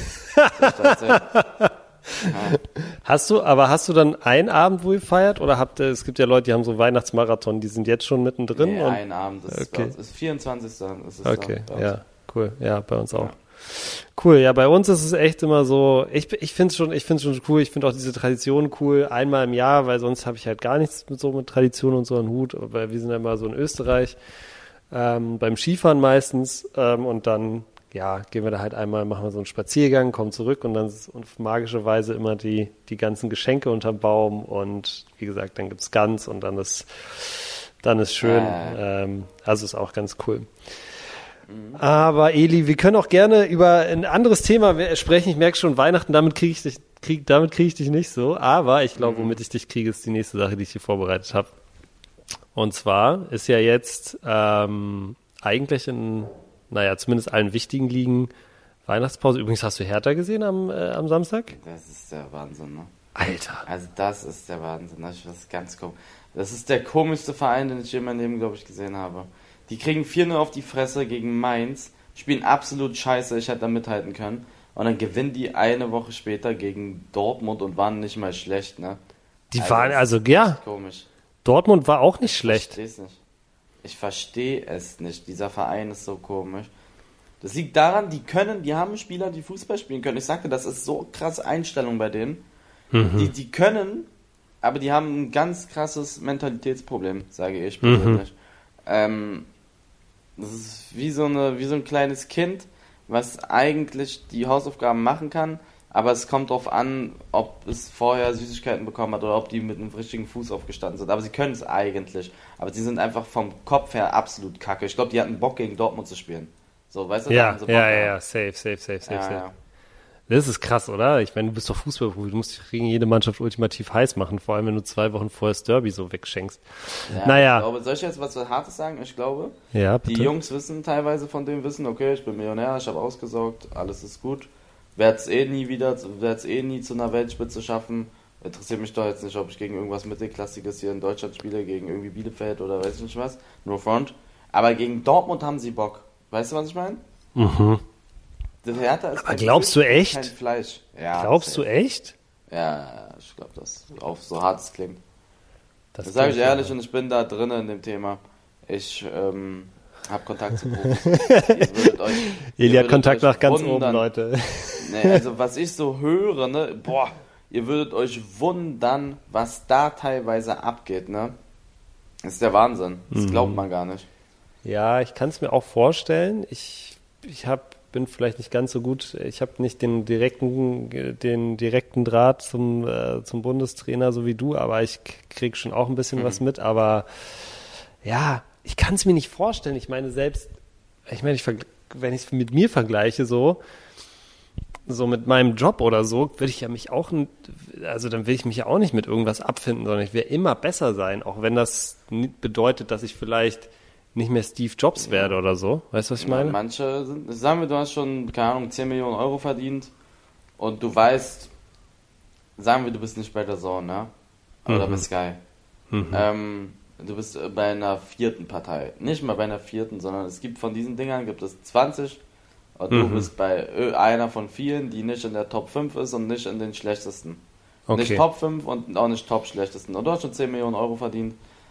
Hast du dann einen Abend, wo ihr feiert? Oder es gibt ja Leute, die haben so Weihnachtsmarathon, die sind jetzt schon mittendrin? Nee, einen Abend, das ist bei uns, ist 24. Ist es okay, ja, cool. Ja, bei uns auch. Cool, ja, bei uns ist es echt immer so, ich find's schon cool, ich finde auch diese Tradition cool, einmal im Jahr, weil sonst habe ich halt gar nichts mit Tradition und so am Hut, aber wir sind ja immer so in Österreich, beim Skifahren meistens, und dann, gehen wir da halt einmal, machen wir so einen Spaziergang, kommen zurück und dann ist auf magische Weise immer die ganzen Geschenke unterm Baum und wie gesagt, dann gibt's Gans und dann ist schön, also ist auch ganz cool. Aber Eli, wir können auch gerne über ein anderes Thema sprechen. Ich merke schon, Weihnachten, damit kriege ich dich nicht so. Aber ich glaube, womit ich dich kriege, ist die nächste Sache, die ich hier vorbereitet habe. Und zwar ist ja jetzt eigentlich in, zumindest allen wichtigen Ligen Weihnachtspause. Übrigens, hast du Hertha gesehen am Samstag? Das ist der Wahnsinn, ne? Alter. Also das ist der Wahnsinn. Das ist ganz komisch. Das ist der komischste Verein, den ich je in meinem Leben, glaube ich, gesehen habe. Die kriegen 4-0 auf die Fresse gegen Mainz, spielen absolut scheiße, ich hätte da mithalten können. Und dann gewinnen die eine Woche später gegen Dortmund und waren nicht mal schlecht, ne? Komisch. Dortmund war auch nicht schlecht. Ich verstehe es nicht. Dieser Verein ist so komisch. Das liegt daran, die haben Spieler, die Fußball spielen können. Ich sagte, das ist so krasse Einstellung bei denen. Die können, aber die haben ein ganz krasses Mentalitätsproblem, sage ich persönlich. Das ist wie so ein kleines Kind, was eigentlich die Hausaufgaben machen kann, aber es kommt darauf an, ob es vorher Süßigkeiten bekommen hat oder ob die mit einem richtigen Fuß aufgestanden sind. Aber sie können es eigentlich. Aber sie sind einfach vom Kopf her absolut kacke. Ich glaube, die hatten Bock, gegen Dortmund zu spielen. So, weißt du, da haben sie Bock gehabt. Safe. Das ist krass, oder? Ich meine, du bist doch Fußballprofi, du musst dich gegen jede Mannschaft ultimativ heiß machen, vor allem wenn du 2 Wochen vorher das Derby so wegschenkst. Ja, ich glaube, soll ich jetzt was Hartes sagen? Ich glaube, ja, die Jungs wissen teilweise von dem Wissen, okay, ich bin Millionär, ich habe ausgesorgt, alles ist gut. Werde es nie zu einer Weltspitze schaffen. Interessiert mich doch jetzt nicht, ob ich gegen irgendwas Mittelklassiges hier in Deutschland spiele, gegen irgendwie Bielefeld oder weiß ich nicht was. Nur Front. Aber gegen Dortmund haben sie Bock. Weißt du, was ich meine? Mhm. Das Hertha ist aber glaubst du echt? Kein Fleisch. Ja, glaubst du echt? Ja, ich glaube das. Auch so hart es klingt. Das sage ich klingt ehrlich und ich bin da drin in dem Thema. Ich habe Kontakt zu Profis. Eli hat Kontakt nach ganz oben, Leute. Nee, also was ich so höre, ne, boah, ihr würdet euch wundern, was da teilweise abgeht, ne? Das ist der Wahnsinn. Das glaubt man gar nicht. Ja, ich kann es mir auch vorstellen. Ich bin vielleicht nicht ganz so gut. Ich habe nicht den direkten Draht zum Bundestrainer, so wie du, aber ich krieg schon auch ein bisschen was mit. Aber ja, ich kann es mir nicht vorstellen. Ich meine, wenn ich es mit mir vergleiche, so mit meinem Job oder so, dann will ich mich ja auch nicht mit irgendwas abfinden, sondern ich will immer besser sein, auch wenn das nicht bedeutet, dass ich vielleicht nicht mehr Steve Jobs werde oder so. Weißt du, was ich meine? Ja, manche sagen wir, du hast schon, keine Ahnung, 10 Millionen Euro verdient und du weißt, sagen wir, du bist nicht bei der Zone, ne? Oder bei Sky. Du bist bei einer 4. Partei. Nicht mal bei einer 4., sondern es gibt von diesen Dingern, gibt es 20 und du bist bei einer von vielen, die nicht in der Top 5 ist und nicht in den schlechtesten. Okay. Nicht Top 5 und auch nicht Top schlechtesten. Und du hast schon 10 Millionen Euro verdient.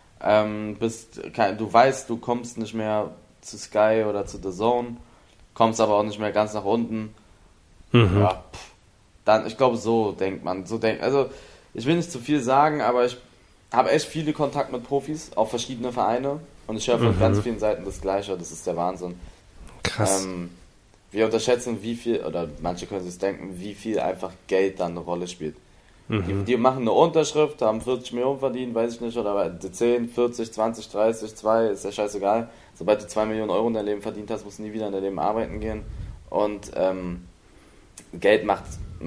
Du weißt, du kommst nicht mehr zu Sky oder zu The Zone, kommst aber auch nicht mehr ganz nach unten. Ja, dann, ich glaube, so denkt man. Also, ich will nicht zu viel sagen, aber ich habe echt viele Kontakt mit Profis auf verschiedene Vereine und ich höre von ganz vielen Seiten das Gleiche. Das ist der Wahnsinn. Krass. Wir unterschätzen, wie viel, oder manche können sich denken, wie viel einfach Geld dann eine Rolle spielt. Die machen eine Unterschrift, haben 40 Millionen verdient, weiß ich nicht, oder 10, 40, 20, 30, 2, ist ja scheißegal. Sobald du 2 Millionen Euro in deinem Leben verdient hast, musst du nie wieder in deinem Leben arbeiten gehen. Und Geld macht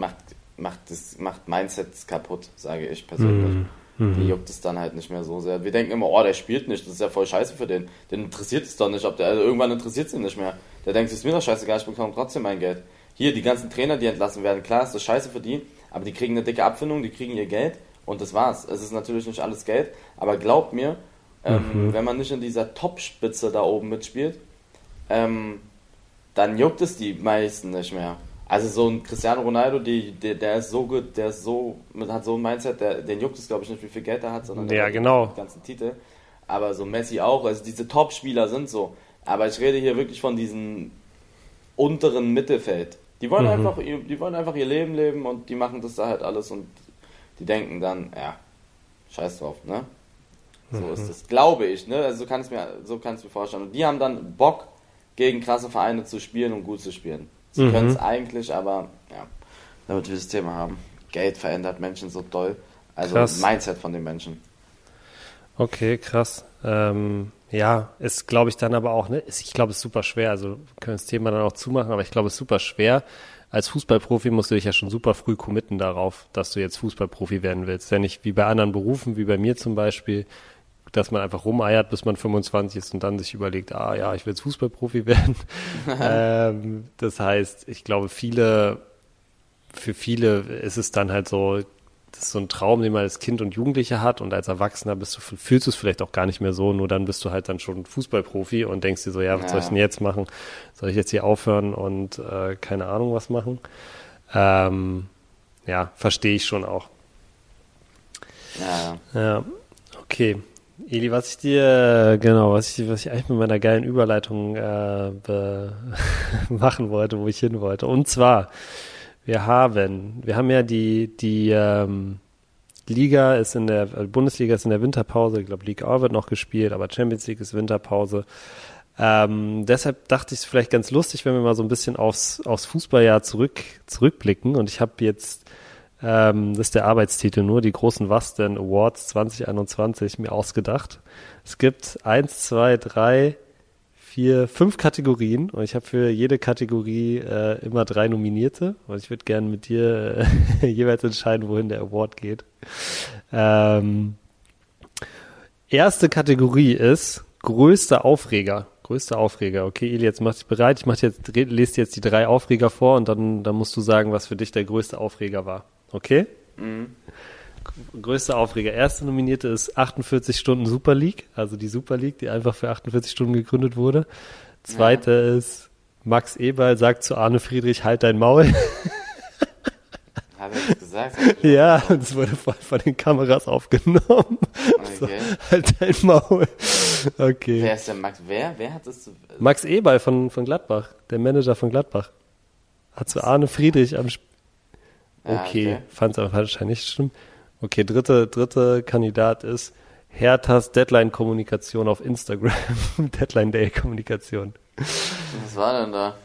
Mindsets kaputt, sage ich persönlich. Die juckt es dann halt nicht mehr so sehr. Wir denken immer, oh, der spielt nicht, das ist ja voll scheiße für den. Den interessiert es doch nicht, irgendwann interessiert es ihn nicht mehr. Der denkt, es ist mir doch scheißegal, ich bekomme trotzdem mein Geld. Hier, die ganzen Trainer, die entlassen werden, klar, ist das scheiße für die, aber die kriegen eine dicke Abfindung, die kriegen ihr Geld und das war's. Es ist natürlich nicht alles Geld, aber glaubt mir, wenn man nicht in dieser Top-Spitze da oben mitspielt, dann juckt es die meisten nicht mehr. Also so ein Cristiano Ronaldo, der ist so gut, hat so ein Mindset, den juckt es, glaube ich, nicht, wie viel Geld er hat, sondern ja, genau. Die ganzen Titel. Aber so Messi auch, also diese Top-Spieler sind so. Aber ich rede hier wirklich von diesem unteren Mittelfeld. Die wollen einfach ihr Leben leben und die machen das da halt alles und die denken dann, ja, scheiß drauf, ne? So ist es, glaube ich, ne? Also so kann ich es mir vorstellen. Und die haben dann Bock, gegen krasse Vereine zu spielen und gut zu spielen. Sie können es eigentlich, aber ja, damit wir das Thema haben. Geld verändert Menschen so doll. Also das Mindset von den Menschen. Okay, krass. Ja, ist, glaube ich, dann aber auch, ne? Ich glaube, es ist super schwer. Also wir können das Thema dann auch zumachen, aber ich glaube, es ist super schwer. Als Fußballprofi musst du dich ja schon super früh committen darauf, dass du jetzt Fußballprofi werden willst. Ja, nicht wie bei anderen Berufen, wie bei mir zum Beispiel, dass man einfach rumeiert, bis man 25 ist und dann sich überlegt, ja, ich will jetzt Fußballprofi werden. Das heißt, ich glaube, für viele ist es dann halt so, das ist so ein Traum, den man als Kind und Jugendlicher hat und als Erwachsener fühlst du es vielleicht auch gar nicht mehr so, nur dann bist du halt dann schon Fußballprofi und denkst dir so, ja, was soll ich denn jetzt machen? Soll ich jetzt hier aufhören und keine Ahnung was machen? Ja, verstehe ich schon auch. Ja, okay. Eli, was ich eigentlich mit meiner geilen Überleitung machen wollte, wo ich hin wollte. Und zwar, wir haben ja die Bundesliga ist in der Winterpause. Ich glaube, Ligue A wird noch gespielt, aber Champions League ist Winterpause. Deshalb dachte ich es vielleicht ganz lustig, wenn wir mal so ein bisschen aufs Fußballjahr zurückblicken. Und ich habe jetzt, das ist der Arbeitstitel nur, die großen Was denn Awards 2021 mir ausgedacht. Es gibt 1, 2, 3, 4, 5 Kategorien und ich habe für jede Kategorie immer 3 Nominierte und ich würde gerne mit dir jeweils entscheiden, wohin der Award geht. Erste Kategorie ist größter Aufreger. Größter Aufreger. Okay, Eli, jetzt mach dich bereit. Lese dir jetzt die 3 Aufreger vor und dann musst du sagen, was für dich der größte Aufreger war. Okay? Mhm. Größter Aufreger. Erste Nominierte ist 48 Stunden Super League, also die Super League, die einfach für 48 Stunden gegründet wurde. Zweite ist Max Eberl sagt zu Arne Friedrich, halt dein Maul. Hat er das gesagt? Ja, und es wurde von den Kameras aufgenommen. Okay. So, halt dein Maul. Okay. Wer ist denn Max? Wer hat das? Max Eberl von Gladbach, der Manager von Gladbach. Hat zu Arne Friedrich Okay, fand es aber wahrscheinlich nicht schlimm. Okay, dritte Kandidat ist Herthas Deadline-Kommunikation auf Instagram. Deadline-Day-Kommunikation. Was war denn da?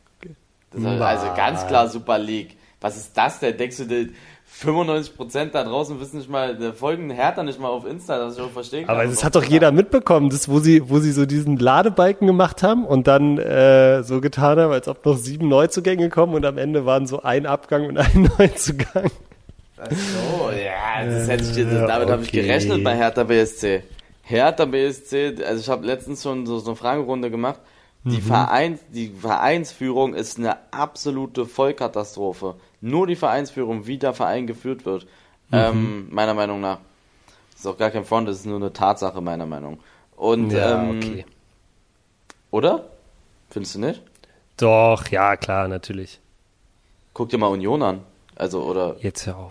Also ganz klar Super League. Was ist das denn? Denkst du, 95% da draußen wissen nicht mal, folgen Hertha nicht mal auf Insta, dass ich auch verstehen kann. Aber das hat doch jeder mitbekommen, das, wo sie so diesen Ladebalken gemacht haben und dann so getan haben, als ob noch 7 Neuzugänge kommen und am Ende waren so ein Abgang und ein Neuzugang. Ach so, ja, damit habe ich gerechnet bei Hertha BSC. Hertha BSC, also ich habe letztens schon so eine Fragerunde gemacht. Die Vereinsführung ist eine absolute Vollkatastrophe. Nur die Vereinsführung, wie der Verein geführt wird, meiner Meinung nach. Das ist auch gar kein Front, das ist nur eine Tatsache, meiner Meinung. Und, okay. Oder? Findest du nicht? Doch, ja, klar, natürlich. Guck dir mal Union an. Also, oder? Jetzt hör auf.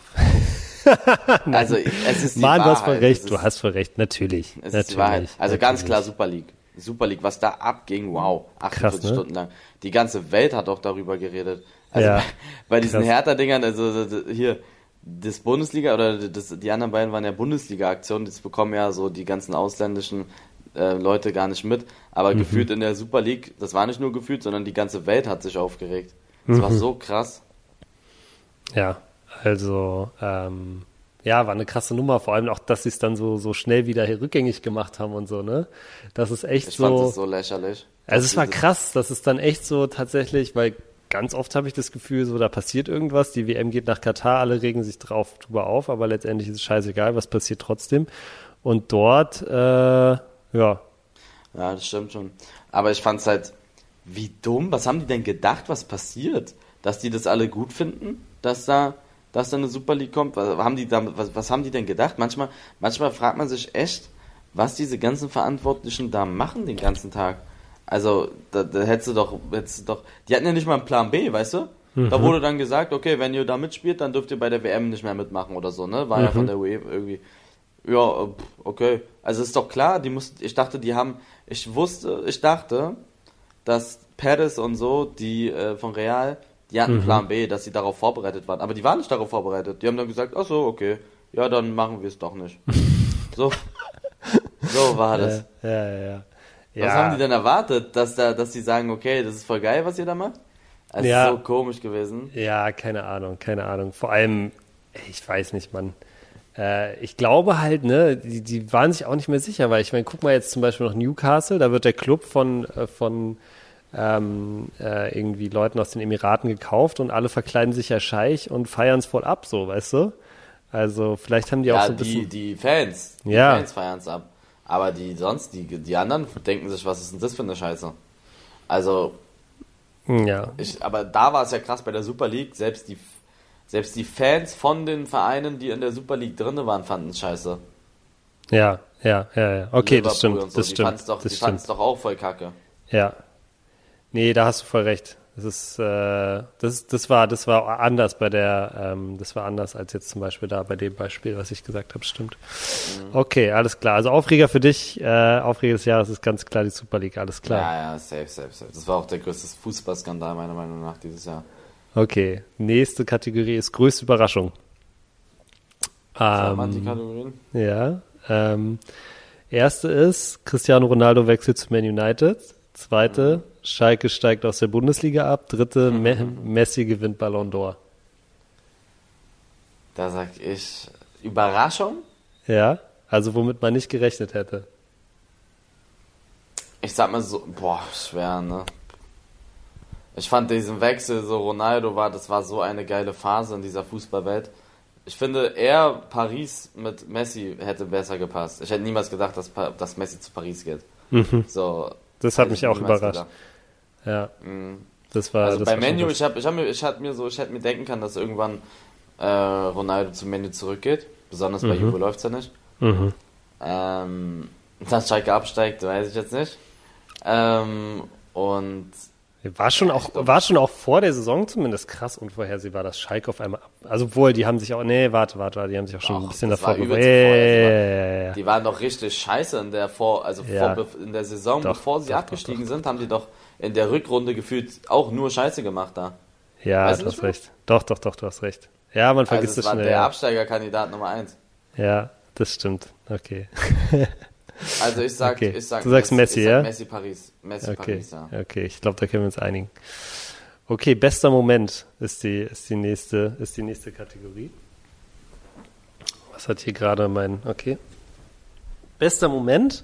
Also, es ist die Mann, Wahrheit. du hast voll recht, natürlich. Es ist die Wahrheit. Also ganz klar Super League. Super League, was da abging, wow, 48 krass, ne? Stunden lang. Die ganze Welt hat auch darüber geredet. Also bei diesen Hertha-Dingern, also hier, das Bundesliga oder die anderen beiden waren ja Bundesliga-Aktionen, das bekommen ja so die ganzen ausländischen Leute gar nicht mit. Aber gefühlt in der Super League, das war nicht nur gefühlt, sondern die ganze Welt hat sich aufgeregt. Das war so krass. Ja, also war eine krasse Nummer, vor allem auch, dass sie es dann so schnell wieder rückgängig gemacht haben und so, ne? Das ist echt ich fand das so lächerlich. Also es war krass, das ist dann echt so tatsächlich, weil ganz oft habe ich das Gefühl, so da passiert irgendwas, die WM geht nach Katar, alle regen sich drüber auf, aber letztendlich ist es scheißegal, was passiert trotzdem. Und dort, Ja, das stimmt schon. Aber ich fand's halt, wie dumm, was haben die denn gedacht, was passiert? Dass die das alle gut finden, dass da eine Super League kommt? Was haben die denn gedacht? Manchmal fragt man sich echt, was diese ganzen Verantwortlichen da machen den ganzen Tag. Also, da hättest du doch, die hatten ja nicht mal einen Plan B, weißt du? Da wurde dann gesagt, okay, wenn ihr da mitspielt, dann dürft ihr bei der WM nicht mehr mitmachen oder so, ne? War ja von der UEFA irgendwie. Ja, okay. Also ist doch klar, ich dachte, dass Perez und so, die von Real, die hatten einen Plan B, dass sie darauf vorbereitet waren. Aber die waren nicht darauf vorbereitet. Die haben dann gesagt, ach so, okay, ja, dann machen wir es doch nicht. So war das. Ja. Was haben die denn erwartet? Dass die sagen, okay, das ist voll geil, was ihr da macht? Also ist so komisch gewesen. Ja, keine Ahnung. Vor allem, ich weiß nicht, Mann. Ich glaube halt, ne, die waren sich auch nicht mehr sicher, weil ich meine, guck mal jetzt zum Beispiel nach Newcastle, da wird der Club von irgendwie Leuten aus den Emiraten gekauft und alle verkleiden sich ja Scheich und feiern es voll ab, so, weißt du? Also vielleicht haben die auch so ein bisschen... die Fans feiern es ab. Aber die anderen denken sich, was ist denn das für eine Scheiße? Also, aber da war es ja krass bei der Super League, selbst die Fans von den Vereinen, die in der Super League drin waren, fanden es scheiße. Ja. Okay, das stimmt. So. Die fanden es doch auch voll kacke. Ja. Nee, da hast du voll recht. Das war anders das war anders als jetzt zum Beispiel da bei dem Beispiel, was ich gesagt habe, stimmt. Okay, alles klar. Also Aufreger für dich, Aufreger des Jahres ist ganz klar die Super League, alles klar. Ja, safe. Das war auch der größte Fußballskandal meiner Meinung nach dieses Jahr. Okay, nächste Kategorie ist größte Überraschung. Die Kategorien? Ja, erste ist, Cristiano Ronaldo wechselt zu Man United. Zweite, Schalke steigt aus der Bundesliga ab. Dritte, Messi gewinnt Ballon d'Or. Da sag ich, Überraschung? Ja, also womit man nicht gerechnet hätte. Ich sag mal so, schwer, ne? Ich fand diesen Wechsel, so Ronaldo das war so eine geile Phase in dieser Fußballwelt. Ich finde, eher Paris mit Messi hätte besser gepasst. Ich hätte niemals gedacht, dass Messi zu Paris geht. So, das hat mich auch überrascht. Gedacht. Ja, das war. Also das bei war Menu, ich hätte mir denken können, dass irgendwann Ronaldo zu Menu zurückgeht. Besonders bei Juve läuft's ja nicht. Dass Schalke absteigt, weiß ich jetzt nicht. Und war schon auch vor der Saison zumindest krass unvorhersehbar, dass Schalke auf einmal also obwohl, die haben sich auch, die haben sich auch schon ein bisschen davor Die waren doch richtig scheiße in der in der Saison, bevor sie abgestiegen sind, haben die doch in der Rückrunde gefühlt auch nur Scheiße gemacht da. Ja, du hast recht. Doch, du hast recht. Ja, man vergisst es schnell. Das war der Absteigerkandidat Nummer 1. Ja, das stimmt. Okay. Also ich sag du sagst Messi, ja? Messi Paris. Paris, ja. Okay, ich glaube, da können wir uns einigen. Okay, bester Moment ist die nächste Kategorie. Was hat hier gerade okay. Bester Moment.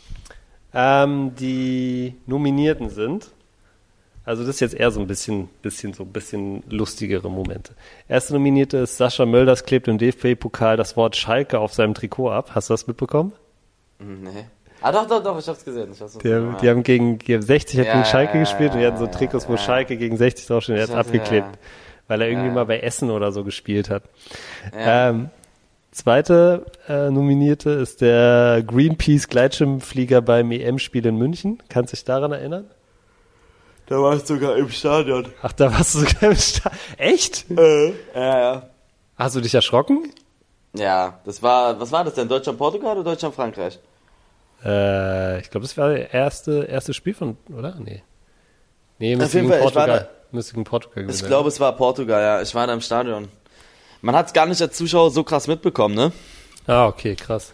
Die Nominierten sind, also das ist jetzt eher so ein bisschen lustigere Momente. Erste Nominierte ist Sascha Mölders, klebt im DFB-Pokal das Wort Schalke auf seinem Trikot ab. Hast du das mitbekommen? Nee. Doch, ich hab's gesehen. Die haben gegen 60 gegen Schalke gespielt und die hatten so Trikots, wo Schalke gegen 60 draufstehen. Er hat abgeklebt, weil er irgendwie mal bei Essen oder so gespielt hat. Ja. Zweite Nominierte ist der Greenpeace-Gleitschirmflieger beim EM-Spiel in München. Kannst du dich daran erinnern? Da warst du sogar im Stadion. Ach, da warst du sogar im Stadion. Echt? Ja. Hast du dich erschrocken? Ja, was war das denn? Deutschland-Portugal oder Deutschland-Frankreich? Ich glaube, das war das erste Spiel oder? Nee, müsste gegen Portugal gewesen. Ich glaube, es war Portugal, ja. Ich war da im Stadion. Man hat es gar nicht als Zuschauer so krass mitbekommen, ne? Ah, okay, krass.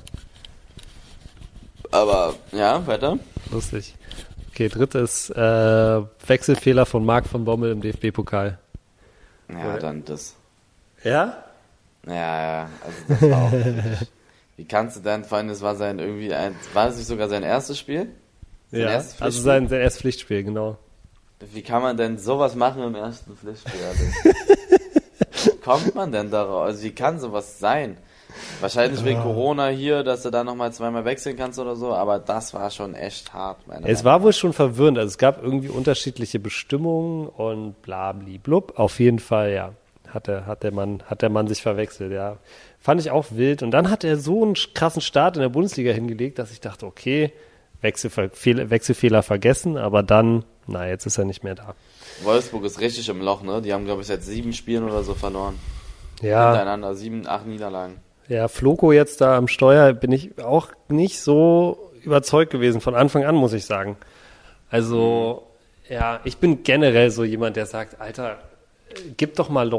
Aber, ja, weiter. Lustig. Okay, drittes Wechselfehler von Marc von Bommel im DFB-Pokal. Ja, dann das. Ja? Ja, also das war auch richtig. Wie kannst du denn, vor allem, das war war das nicht sogar sein erstes Spiel? Also sein erstes Pflichtspiel, genau. Wie kann man denn sowas machen im ersten Pflichtspiel? Wie kommt man denn darauf? Also wie kann sowas sein? Wahrscheinlich wegen Corona hier, dass du da nochmal zweimal wechseln kannst oder so, aber das war schon echt hart. Es war wohl schon verwirrend, also es gab irgendwie unterschiedliche Bestimmungen und blabli-blub. Auf jeden Fall, ja, hat der Mann sich verwechselt, ja. Fand ich auch wild. Und dann hat er so einen krassen Start in der Bundesliga hingelegt, dass ich dachte, okay, Wechselfehler vergessen, aber dann, jetzt ist er nicht mehr da. Wolfsburg ist richtig im Loch, ne? Die haben, glaube ich, seit 7 Spielen oder so verloren. Ja. Hintereinander, 7, 8 Niederlagen. Ja, Floco jetzt da am Steuer, bin ich auch nicht so überzeugt gewesen, von Anfang an, muss ich sagen. Also, ja, ich bin generell so jemand, der sagt, Alter, gib doch mal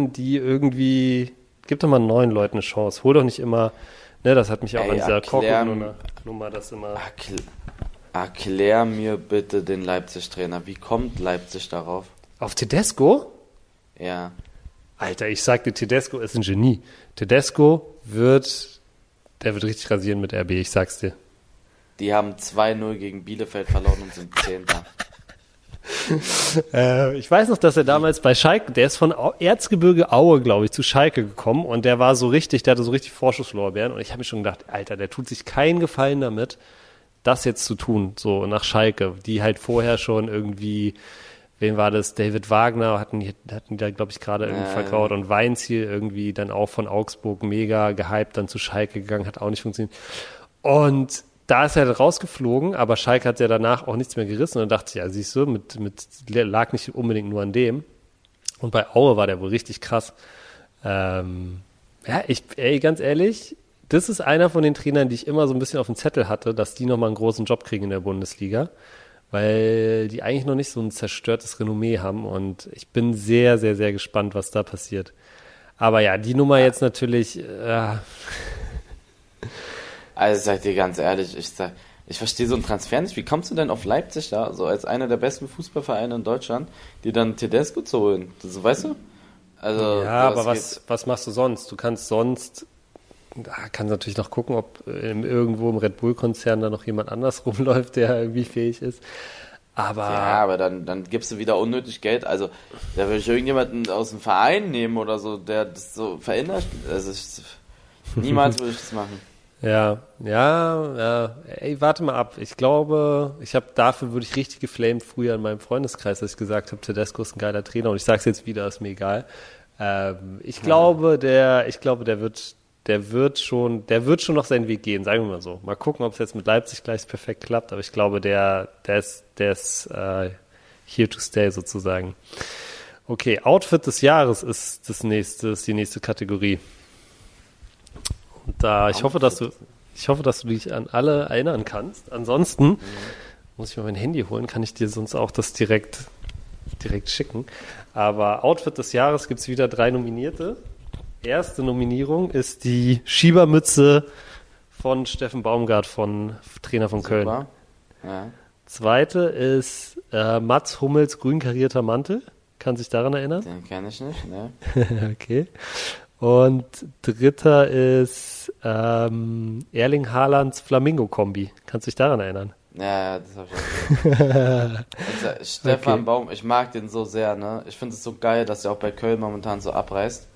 neuen Leuten eine Chance. Hol doch nicht immer, das hat mich auch an dieser Kochen-Nummer, das immer... Erklär mir bitte den Leipzig-Trainer. Wie kommt Leipzig darauf? Auf Tedesco? Ja. Alter, ich sag dir, Tedesco ist ein Genie. Tedesco wird richtig rasieren mit RB, ich sag's dir. Die haben 2-0 gegen Bielefeld verloren und sind 10. Ich weiß noch, dass er damals bei Schalke, der ist von Erzgebirge Aue, glaube ich, zu Schalke gekommen und der hatte so richtig Vorschusslorbeeren und ich habe mir schon gedacht, Alter, der tut sich keinen Gefallen damit, das jetzt zu tun, so nach Schalke, die halt vorher schon irgendwie, wen war das, David Wagner hatten die da, glaube ich, gerade irgendwie vergraut und Weinziel irgendwie dann auch von Augsburg mega gehypt, dann zu Schalke gegangen, hat auch nicht funktioniert. Und da ist er rausgeflogen, aber Schalke hat ja danach auch nichts mehr gerissen und dachte, ja, siehst du, lag nicht unbedingt nur an dem. Und bei Aue war der wohl richtig krass. Ganz ehrlich, das ist einer von den Trainern, die ich immer so ein bisschen auf dem Zettel hatte, dass die nochmal einen großen Job kriegen in der Bundesliga, weil die eigentlich noch nicht so ein zerstörtes Renommee haben und ich bin sehr, sehr, sehr gespannt, was da passiert. Aber ja, die Nummer jetzt natürlich... Also sag dir ganz ehrlich, Ich verstehe so einen Transfer nicht. Wie kommst du denn auf Leipzig da, so als einer der besten Fußballvereine in Deutschland, dir dann Tedesco zu holen? Das, weißt du? Also, Ja, aber was machst du sonst? Du kannst sonst, kannst natürlich noch gucken, ob irgendwo im Red Bull-Konzern da noch jemand anders rumläuft, der irgendwie fähig ist. Aber dann gibst du wieder unnötig Geld. Also, da würde ich irgendjemanden aus dem Verein nehmen oder so, der das so verändert. Also, niemals würde ich das machen. Ja. Ey, warte mal ab. Ich glaube, dafür würde ich richtig geflamed früher in meinem Freundeskreis, dass ich gesagt habe, Tedesco ist ein geiler Trainer und ich sage es jetzt wieder, ist mir egal. Ich glaube, der wird schon noch seinen Weg gehen, sagen wir mal so. Mal gucken, ob es jetzt mit Leipzig gleich perfekt klappt, aber ich glaube, der ist here to stay sozusagen. Okay, Outfit des Jahres ist die nächste Kategorie. Und ich hoffe, dass du dich an alle erinnern kannst. Ansonsten muss ich mal mein Handy holen, kann ich dir sonst auch das direkt schicken. Aber Outfit des Jahres gibt's wieder 3 Nominierte. Erste Nominierung ist die Schiebermütze von Steffen Baumgart, Trainer von Köln. Ja. Zweite ist Mats Hummels grün karierter Mantel. Kann sich daran erinnern? Den kenne ich nicht, ne? Okay. Und dritter ist Erling Haalands Flamingo-Kombi. Kannst du dich daran erinnern? Ja, das habe ich auch gesehen. Also, Stefan Baum, ich mag den so sehr, ne? Ich finde es so geil, dass er auch bei Köln momentan so abreißt.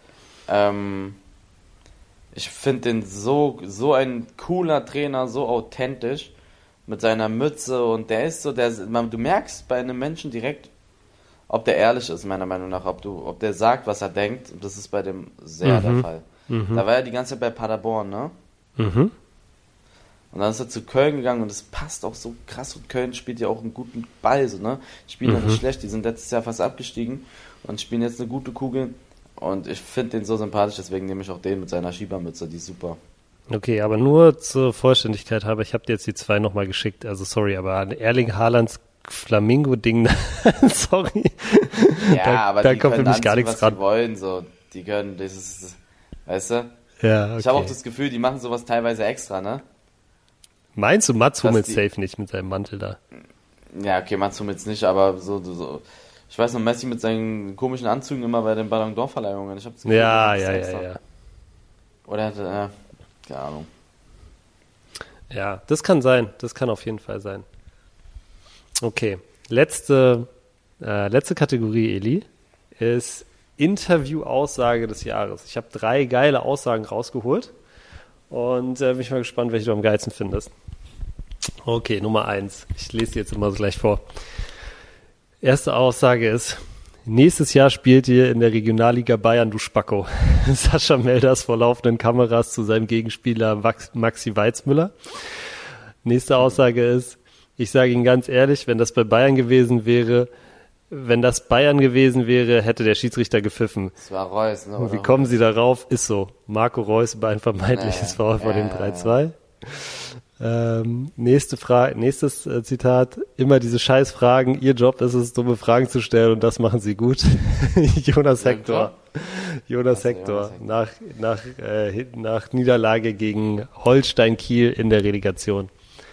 Ich finde den so ein cooler Trainer, so authentisch mit seiner Mütze und der ist so, du merkst bei einem Menschen direkt, ob der ehrlich ist, meiner Meinung nach, ob der sagt, was er denkt. Das ist bei dem sehr der Fall. Da war er die ganze Zeit bei Paderborn, ne? Und dann ist er zu Köln gegangen und es passt auch so krass. Und Köln spielt ja auch einen guten Ball, so, ne? Die spielen ja nicht schlecht, die sind letztes Jahr fast abgestiegen und spielen jetzt eine gute Kugel. Und ich finde den so sympathisch, deswegen nehme ich auch den mit seiner Schiebermütze, die ist super. Okay, aber nur zur Vollständigkeit halber, ich habe dir jetzt die 2 nochmal geschickt, also sorry, aber Erling Haalands Flamingo-Ding, sorry. Ja, aber da die kommt für können mich gar anziehen, nichts was dran. sie wollen, so. Die können, das ist, weißt du? Ja, okay. Ich habe auch das Gefühl, die machen sowas teilweise extra, ne? Meinst du Mats Hummels safe nicht mit seinem Mantel da? Ja, okay, Mats Hummels nicht, aber so. Ich weiß noch, Messi mit seinen komischen Anzügen immer bei den Ballon d'Or-Verleihungen. Ich hab das Gefühl, Ja. Oder hatte, keine Ahnung. Ja, das kann sein. Das kann auf jeden Fall sein. Okay, letzte Kategorie, Eli, ist Interview-Aussage des Jahres. Ich habe 3 geile Aussagen rausgeholt und bin ich mal gespannt, welche du am geilsten findest. Okay, Nummer 1. Ich lese die jetzt immer so gleich vor. Erste Aussage ist: Nächstes Jahr spielt ihr in der Regionalliga Bayern, du Spacko. Sascha Melders vor laufenden Kameras zu seinem Gegenspieler Maxi Weizmüller. Nächste Aussage ist: Ich sage Ihnen ganz ehrlich, wenn das Bayern gewesen wäre, hätte der Schiedsrichter gepfiffen. Das war Reus, ne? Und wie kommen Sie darauf? Ist so. Marco Reus bei ein vermeintliches Foul vor dem 3-2. Nächstes Zitat: Immer diese Scheißfragen. Ihr Job ist es, dumme Fragen zu stellen und das machen Sie gut. Jonas Hector. Nach Niederlage gegen Holstein Kiel in der Relegation.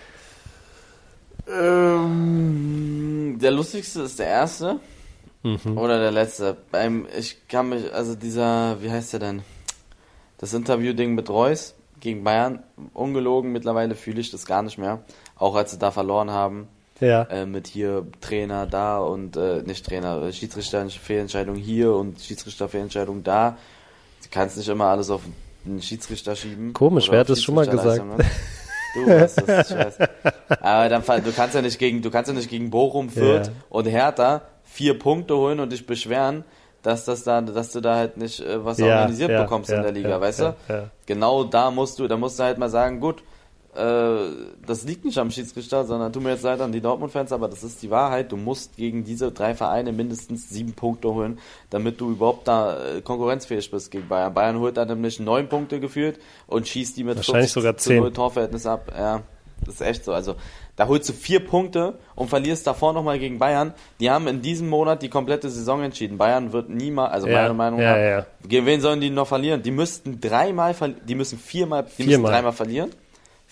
Der lustigste ist der erste oder der letzte. Wie heißt der denn? Das Interview-Ding mit Reus gegen Bayern, ungelogen, mittlerweile fühle ich das gar nicht mehr. Auch als sie da verloren haben. Ja. Mit hier Trainer da und nicht Trainer, Schiedsrichter Fehlentscheidung hier und Schiedsrichter Fehlentscheidung da. Du kannst nicht immer alles auf einen Schiedsrichter schieben. Komisch, wer hat das schon mal gesagt? Du hast das, ich weiß. Aber du kannst ja nicht gegen Bochum, Fürth und Hertha 4 Punkte holen und dich beschweren, dass du da halt nicht was organisiert bekommst in der Liga, weißt du? Ja. Genau da musst du halt mal sagen, gut, das liegt nicht am Schiedsrichter, sondern tut mir jetzt leid an die Dortmund-Fans, aber das ist die Wahrheit. Du musst gegen diese 3 Vereine mindestens 7 Punkte holen, damit du überhaupt da konkurrenzfähig bist gegen Bayern. Bayern holt da nämlich 9 Punkte gefühlt und schießt die mit 50-0 Torverhältnis ab. Ja, das ist echt so. Also da holst du 4 Punkte und verlierst davor nochmal gegen Bayern. Die haben in diesem Monat die komplette Saison entschieden. Bayern wird niemals, also meiner Meinung nach, gegen wen sollen die noch verlieren? Die müssten dreimal verlieren, die müssen dreimal verlieren.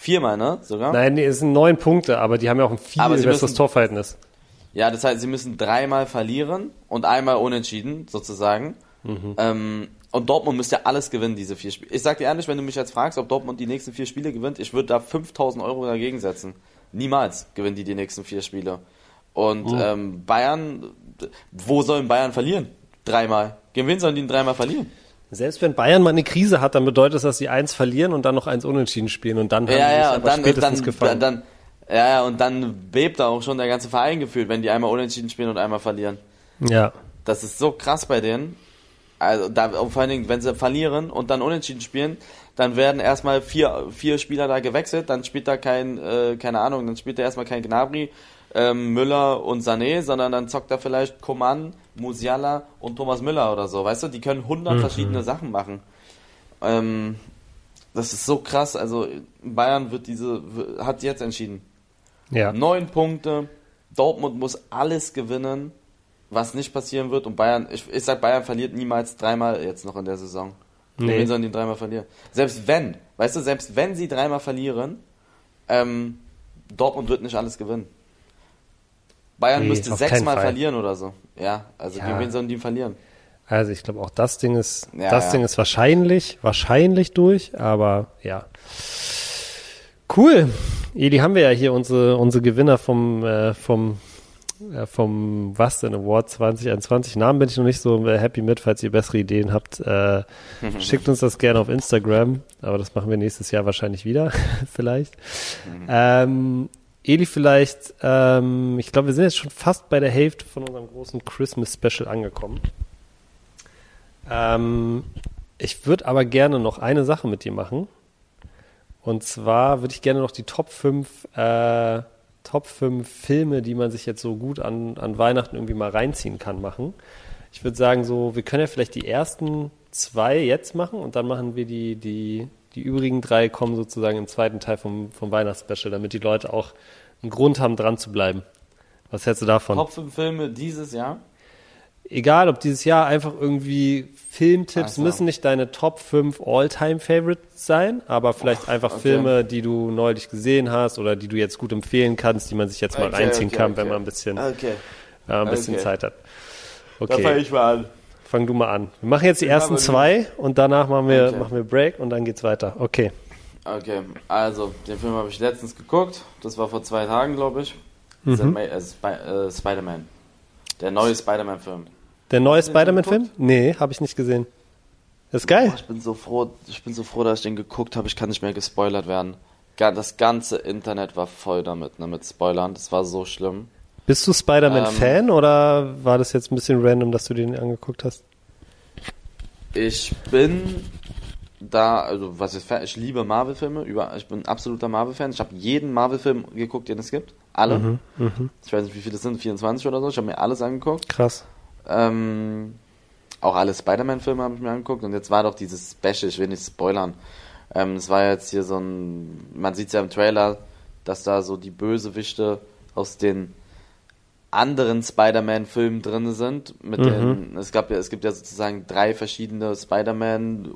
4-mal, ne? Sogar? Nein, nee, es sind 9 Punkte, aber die haben ja auch ein viel besseres Torverhältnis. Ja, das heißt, sie müssen 3-mal verlieren und einmal unentschieden, sozusagen. Und Dortmund müsste ja alles gewinnen, diese 4 Spiele. Ich sag dir ehrlich, wenn du mich jetzt fragst, ob Dortmund die nächsten 4 Spiele gewinnt, ich würde da 5.000 Euro dagegen setzen. Niemals gewinnen die nächsten 4 Spiele. Und Bayern, wo sollen Bayern verlieren? 3-mal. Gegen wen sollen die 3-mal verlieren? Selbst wenn Bayern mal eine Krise hat, dann bedeutet das, dass sie 1 verlieren und dann noch 1 unentschieden spielen und dann haben sie sich spätestens gefangen. Und dann bebt da auch schon der ganze Verein gefühlt, wenn die einmal unentschieden spielen und einmal verlieren. Ja. Das ist so krass bei denen. Also vor allen Dingen, wenn sie verlieren und dann unentschieden spielen, dann werden erstmal 4 Spieler da gewechselt, dann spielt da dann spielt da erstmal kein Gnabry, Müller und Sané, sondern dann zockt da vielleicht Coman, Musiala und Thomas Müller oder so, weißt du, die können 100 verschiedene Sachen machen. Das ist so krass, also Bayern hat jetzt entschieden. Ja. 9 Punkte, Dortmund muss alles gewinnen, was nicht passieren wird, und Bayern, ich sag, Bayern verliert niemals 3-mal jetzt noch in der Saison. Nee. Wen sollen die 3-mal verlieren? Selbst wenn sie 3-mal verlieren, Dortmund wird nicht alles gewinnen. Bayern müsste 6-mal verlieren oder so. Ja, also gegen wen sollen die verlieren? Also ich glaube auch das Ding ist Ding ist wahrscheinlich durch, aber ja. Cool. Die haben wir ja hier unsere Gewinner vom Was denn Award 2021. Namen bin ich noch nicht so happy mit, falls ihr bessere Ideen habt. Schickt uns das gerne auf Instagram, aber das machen wir nächstes Jahr wahrscheinlich wieder, vielleicht. Eli, vielleicht, ich glaube, wir sind jetzt schon fast bei der Hälfte von unserem großen Christmas-Special angekommen. Ich würde aber gerne noch eine Sache mit dir machen. Und zwar würde ich gerne noch die Top 5 Filme, die man sich jetzt so gut an Weihnachten irgendwie mal reinziehen kann, machen. Ich würde sagen, so, wir können ja vielleicht die ersten 2 jetzt machen und dann machen wir die übrigen 3 kommen sozusagen im zweiten Teil vom Weihnachtsspecial, damit die Leute auch einen Grund haben, dran zu bleiben. Was hältst du davon? Top 5 Filme dieses Jahr? Egal, ob dieses Jahr einfach irgendwie Filmtipps, müssen nicht deine Top 5 All-Time-Favorites sein, aber vielleicht einfach Filme, die du neulich gesehen hast oder die du jetzt gut empfehlen kannst, die man sich jetzt mal reinziehen kann, wenn man ein bisschen Zeit hat. Okay. Da fange ich mal an. Fang du mal an. Wir machen jetzt die ersten 2 und danach machen wir Break und dann geht's weiter. Okay. Okay, also den Film habe ich letztens geguckt. Das war vor 2 Tagen, glaube ich. Spider-Man. Der neue Spider-Man-Film. Der neue Spider-Man-Film? Nee, habe ich nicht gesehen. Das ist geil. Ich bin so froh, dass ich den geguckt habe. Ich kann nicht mehr gespoilert werden. Das ganze Internet war voll damit, ne, mit Spoilern. Das war so schlimm. Bist du Spider-Man-Fan oder war das jetzt ein bisschen random, dass du den angeguckt hast? Ich bin da, also ich liebe Marvel-Filme. Ich bin ein absoluter Marvel-Fan. Ich habe jeden Marvel-Film geguckt, den es gibt. Alle. Ich weiß nicht, wie viele es sind, 24 oder so. Ich habe mir alles angeguckt. Krass. Auch alle Spider-Man-Filme habe ich mir angeguckt. Und jetzt war doch dieses Special, ich will nicht spoilern. Es war jetzt hier so man sieht es ja im Trailer, dass da so die Bösewichte aus den anderen Spider-Man-Filmen drin sind. Es gibt ja sozusagen 3 verschiedene Spider-Mans,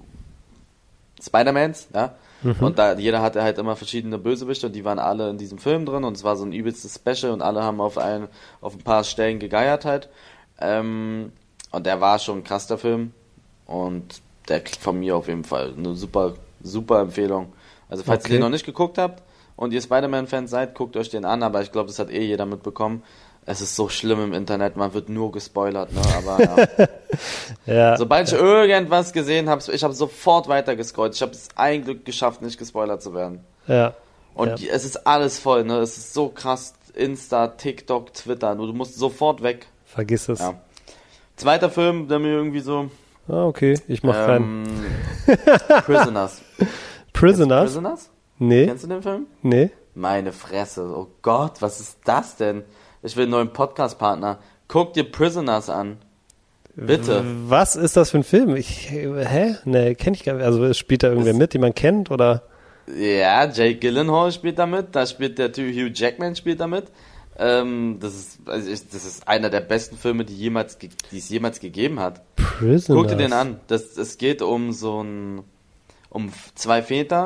ja. Und jeder hatte halt immer verschiedene Bösewichte und die waren alle in diesem Film drin und es war so ein übelstes Special und alle haben auf ein paar Stellen gegeiert halt. Und der war schon ein krasser Film und der kriegt von mir auf jeden Fall eine super, super Empfehlung. Also falls ihr den noch nicht geguckt habt und ihr Spider-Man-Fans seid, guckt euch den an, aber ich glaube, das hat jeder mitbekommen. Es ist so schlimm im Internet, man wird nur gespoilert, ne? Aber ja. Sobald ich irgendwas gesehen habe, ich habe sofort weiter gescrollt. Ich habe es ein Glück geschafft, nicht gespoilert zu werden. Ja. Und es ist alles voll, ne? Es ist so krass. Insta, TikTok, Twitter. Du musst sofort weg. Vergiss es. Ja. Zweiter Film, der mir irgendwie so... okay. Ich mach rein. Prisoners. Prisoners? Nee. Kennst du den Film? Nee. Meine Fresse. Oh Gott, was ist das denn? Ich will einen neuen Podcast-Partner. Guck dir Prisoners an. Bitte. Was ist das für ein Film? Nee, kenn ich gar nicht. Also spielt da irgendwer mit, den man kennt, oder? Ja, Jake Gyllenhaal spielt da mit. Da spielt der Typ Hugh Jackman spielt da mit. Das ist einer der besten Filme, die es jemals gegeben hat. Prisoners. Guck dir den an. Es geht um 2 Väter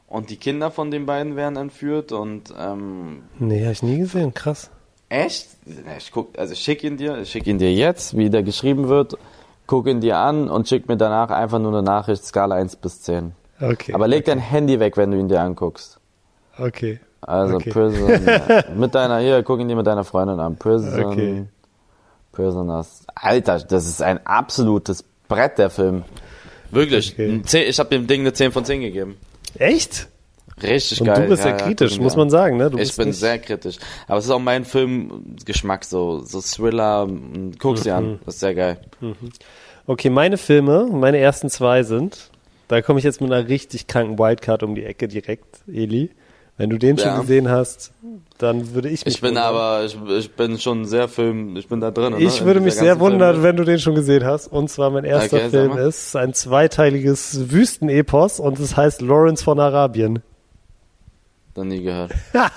und die Kinder von den beiden werden entführt und Nee, habe ich nie gesehen, krass. echt? Ich schicke ihn dir jetzt, wie der geschrieben wird, guck ihn dir an und schick mir danach einfach nur eine Nachricht, Skala 1 bis 10. Okay. Aber leg dein Handy weg, wenn du ihn dir anguckst. Okay. Also Okay. Prison, guck ihn dir mit deiner Freundin an. Okay. Prisoners. Alter, das ist ein absolutes Brett, der Film. Wirklich. Okay. Ich habe dem Ding eine 10 von 10 gegeben. Echt? Richtig Und geil. du bist ja kritisch, gucken muss wir man sagen, ne? Ich bin sehr kritisch. Aber es ist auch mein Filmgeschmack, so Thriller. Guck sie an, das ist sehr geil. Okay, meine Filme, meine ersten 2 sind, da komme ich jetzt mit einer richtig kranken Wildcard um die Ecke direkt, Eli. Wenn du den schon gesehen hast, dann würde ich mich Ich bin schon sehr ich bin da drin. Ich würde mich sehr wundern, wenn du den schon gesehen hast. Und zwar mein erster Film ist ein zweiteiliges Wüstenepos und es heißt Lawrence von Arabien. Noch nie gehört.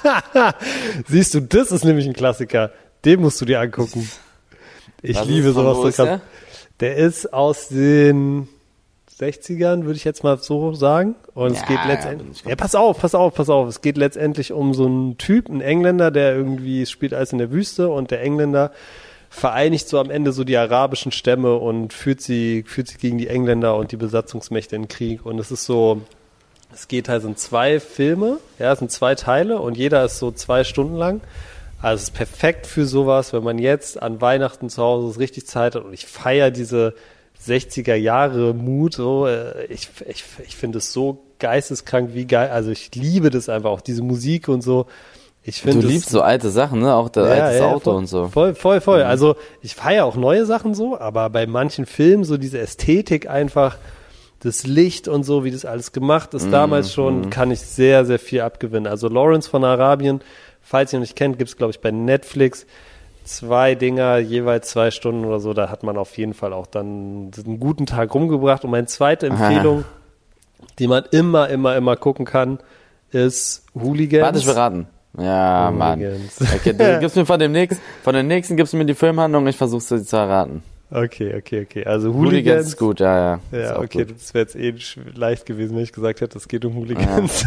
Siehst du, das ist nämlich ein Klassiker. Den musst du dir angucken. Ich liebe sowas. Der ist aus den 60ern, würde ich jetzt mal so sagen. Und es geht letztendlich. Ja, pass auf. Es geht letztendlich um so einen Typ, einen Engländer, der irgendwie spielt alles in der Wüste und der Engländer vereinigt so am Ende so die arabischen Stämme und führt sie gegen die Engländer und die Besatzungsmächte in Krieg. Und es ist so, es geht halt in 2 Filme, ja, es sind 2 Teile und jeder ist so 2 Stunden lang. Also es ist perfekt für sowas, wenn man jetzt an Weihnachten zu Hause richtig Zeit hat und ich feiere diese 60er Jahre Mut, so, ich finde es so geisteskrank, wie geil, also ich liebe das einfach, auch diese Musik und so. Du liebst so alte Sachen, ne? Auch altes Auto voll, und so. Voll. Also ich feiere auch neue Sachen so, aber bei manchen Filmen so diese Ästhetik einfach, das Licht und so, wie das alles gemacht ist, damals schon, kann ich sehr, sehr viel abgewinnen. Also Lawrence von Arabien, falls ihr ihn nicht kennt, gibt's glaube ich bei Netflix 2 Dinger, jeweils 2 Stunden oder so, da hat man auf jeden Fall auch dann einen guten Tag rumgebracht. Und meine zweite Empfehlung, die man immer gucken kann, ist Hooligans. Warte, ich will raten. Ja, Hooligans. Mann. Okay, du gibst mir von den nächsten gibst du mir die Filmhandlung, ich versuche sie zu erraten. Okay. Also Hooligans ist gut, ja. Ja, okay, gut. Das wäre jetzt leicht gewesen, wenn ich gesagt hätte, es geht um Hooligans.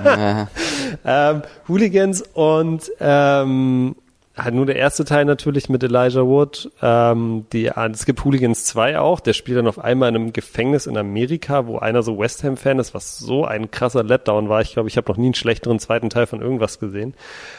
Ja. Hooligans und halt nur der erste Teil natürlich mit Elijah Wood. Es gibt Hooligans 2 auch, der spielt dann auf einmal in einem Gefängnis in Amerika, wo einer so West Ham-Fan ist, was so ein krasser Letdown war. Ich glaube, ich habe noch nie einen schlechteren zweiten Teil von irgendwas gesehen.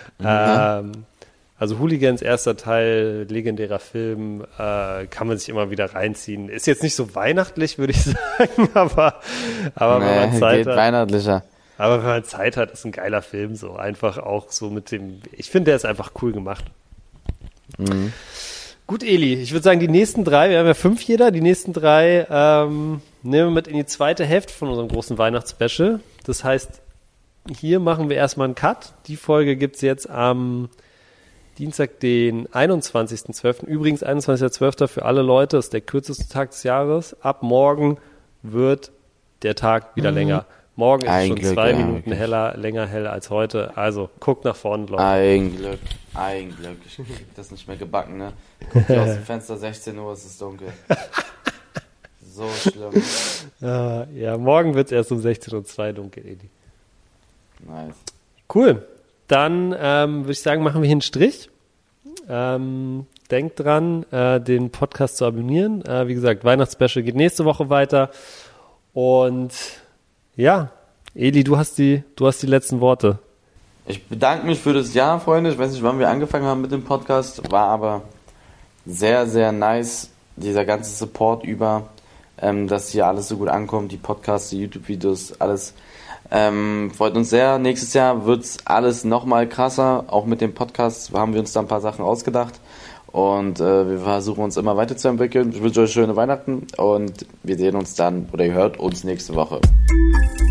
Also Hooligans, erster Teil, legendärer Film, kann man sich immer wieder reinziehen. Ist jetzt nicht so weihnachtlich, würde ich sagen, aber wenn man Zeit hat. Weihnachtlicher. Aber wenn man Zeit hat, ist ein geiler Film, so einfach auch so mit dem, ich finde, der ist einfach cool gemacht. Mhm. Gut, Eli, ich würde sagen, die nächsten 3, wir haben ja 5 jeder, die nächsten 3 nehmen wir mit in die zweite Hälfte von unserem großen Weihnachtsspecial. Das heißt, hier machen wir erstmal einen Cut. Die Folge gibt's jetzt am Dienstag, den 21.12. Übrigens 21.12. für alle Leute, ist der kürzeste Tag des Jahres. Ab morgen wird der Tag wieder länger. Morgen ist es schon 2 Minuten länger hell als heute. Also, guckt nach vorne, Leute. Ein Glück. Ich krieg das nicht mehr gebacken, ne? Guck dir aus dem Fenster, 16 Uhr, es ist dunkel. So schlimm. Ja, morgen wird es erst um 16:02 Uhr dunkel, Edi. Nice. Cool. Dann würde ich sagen, machen wir hier einen Strich. Denkt dran, den Podcast zu abonnieren. Wie gesagt, Weihnachtsspecial geht nächste Woche weiter. Und ja, Eli, du hast die letzten Worte. Ich bedanke mich für das Jahr, Freunde. Ich weiß nicht, wann wir angefangen haben mit dem Podcast. War aber sehr, sehr nice, dieser ganze Support dass hier alles so gut ankommt. Die Podcasts, die YouTube-Videos, alles. Freut uns sehr. Nächstes Jahr wird's alles nochmal krasser. Auch mit dem Podcast haben wir uns da ein paar Sachen ausgedacht. Und wir versuchen uns immer weiterzuentwickeln. Ich wünsche euch schöne Weihnachten und wir sehen uns dann, oder ihr hört uns nächste Woche.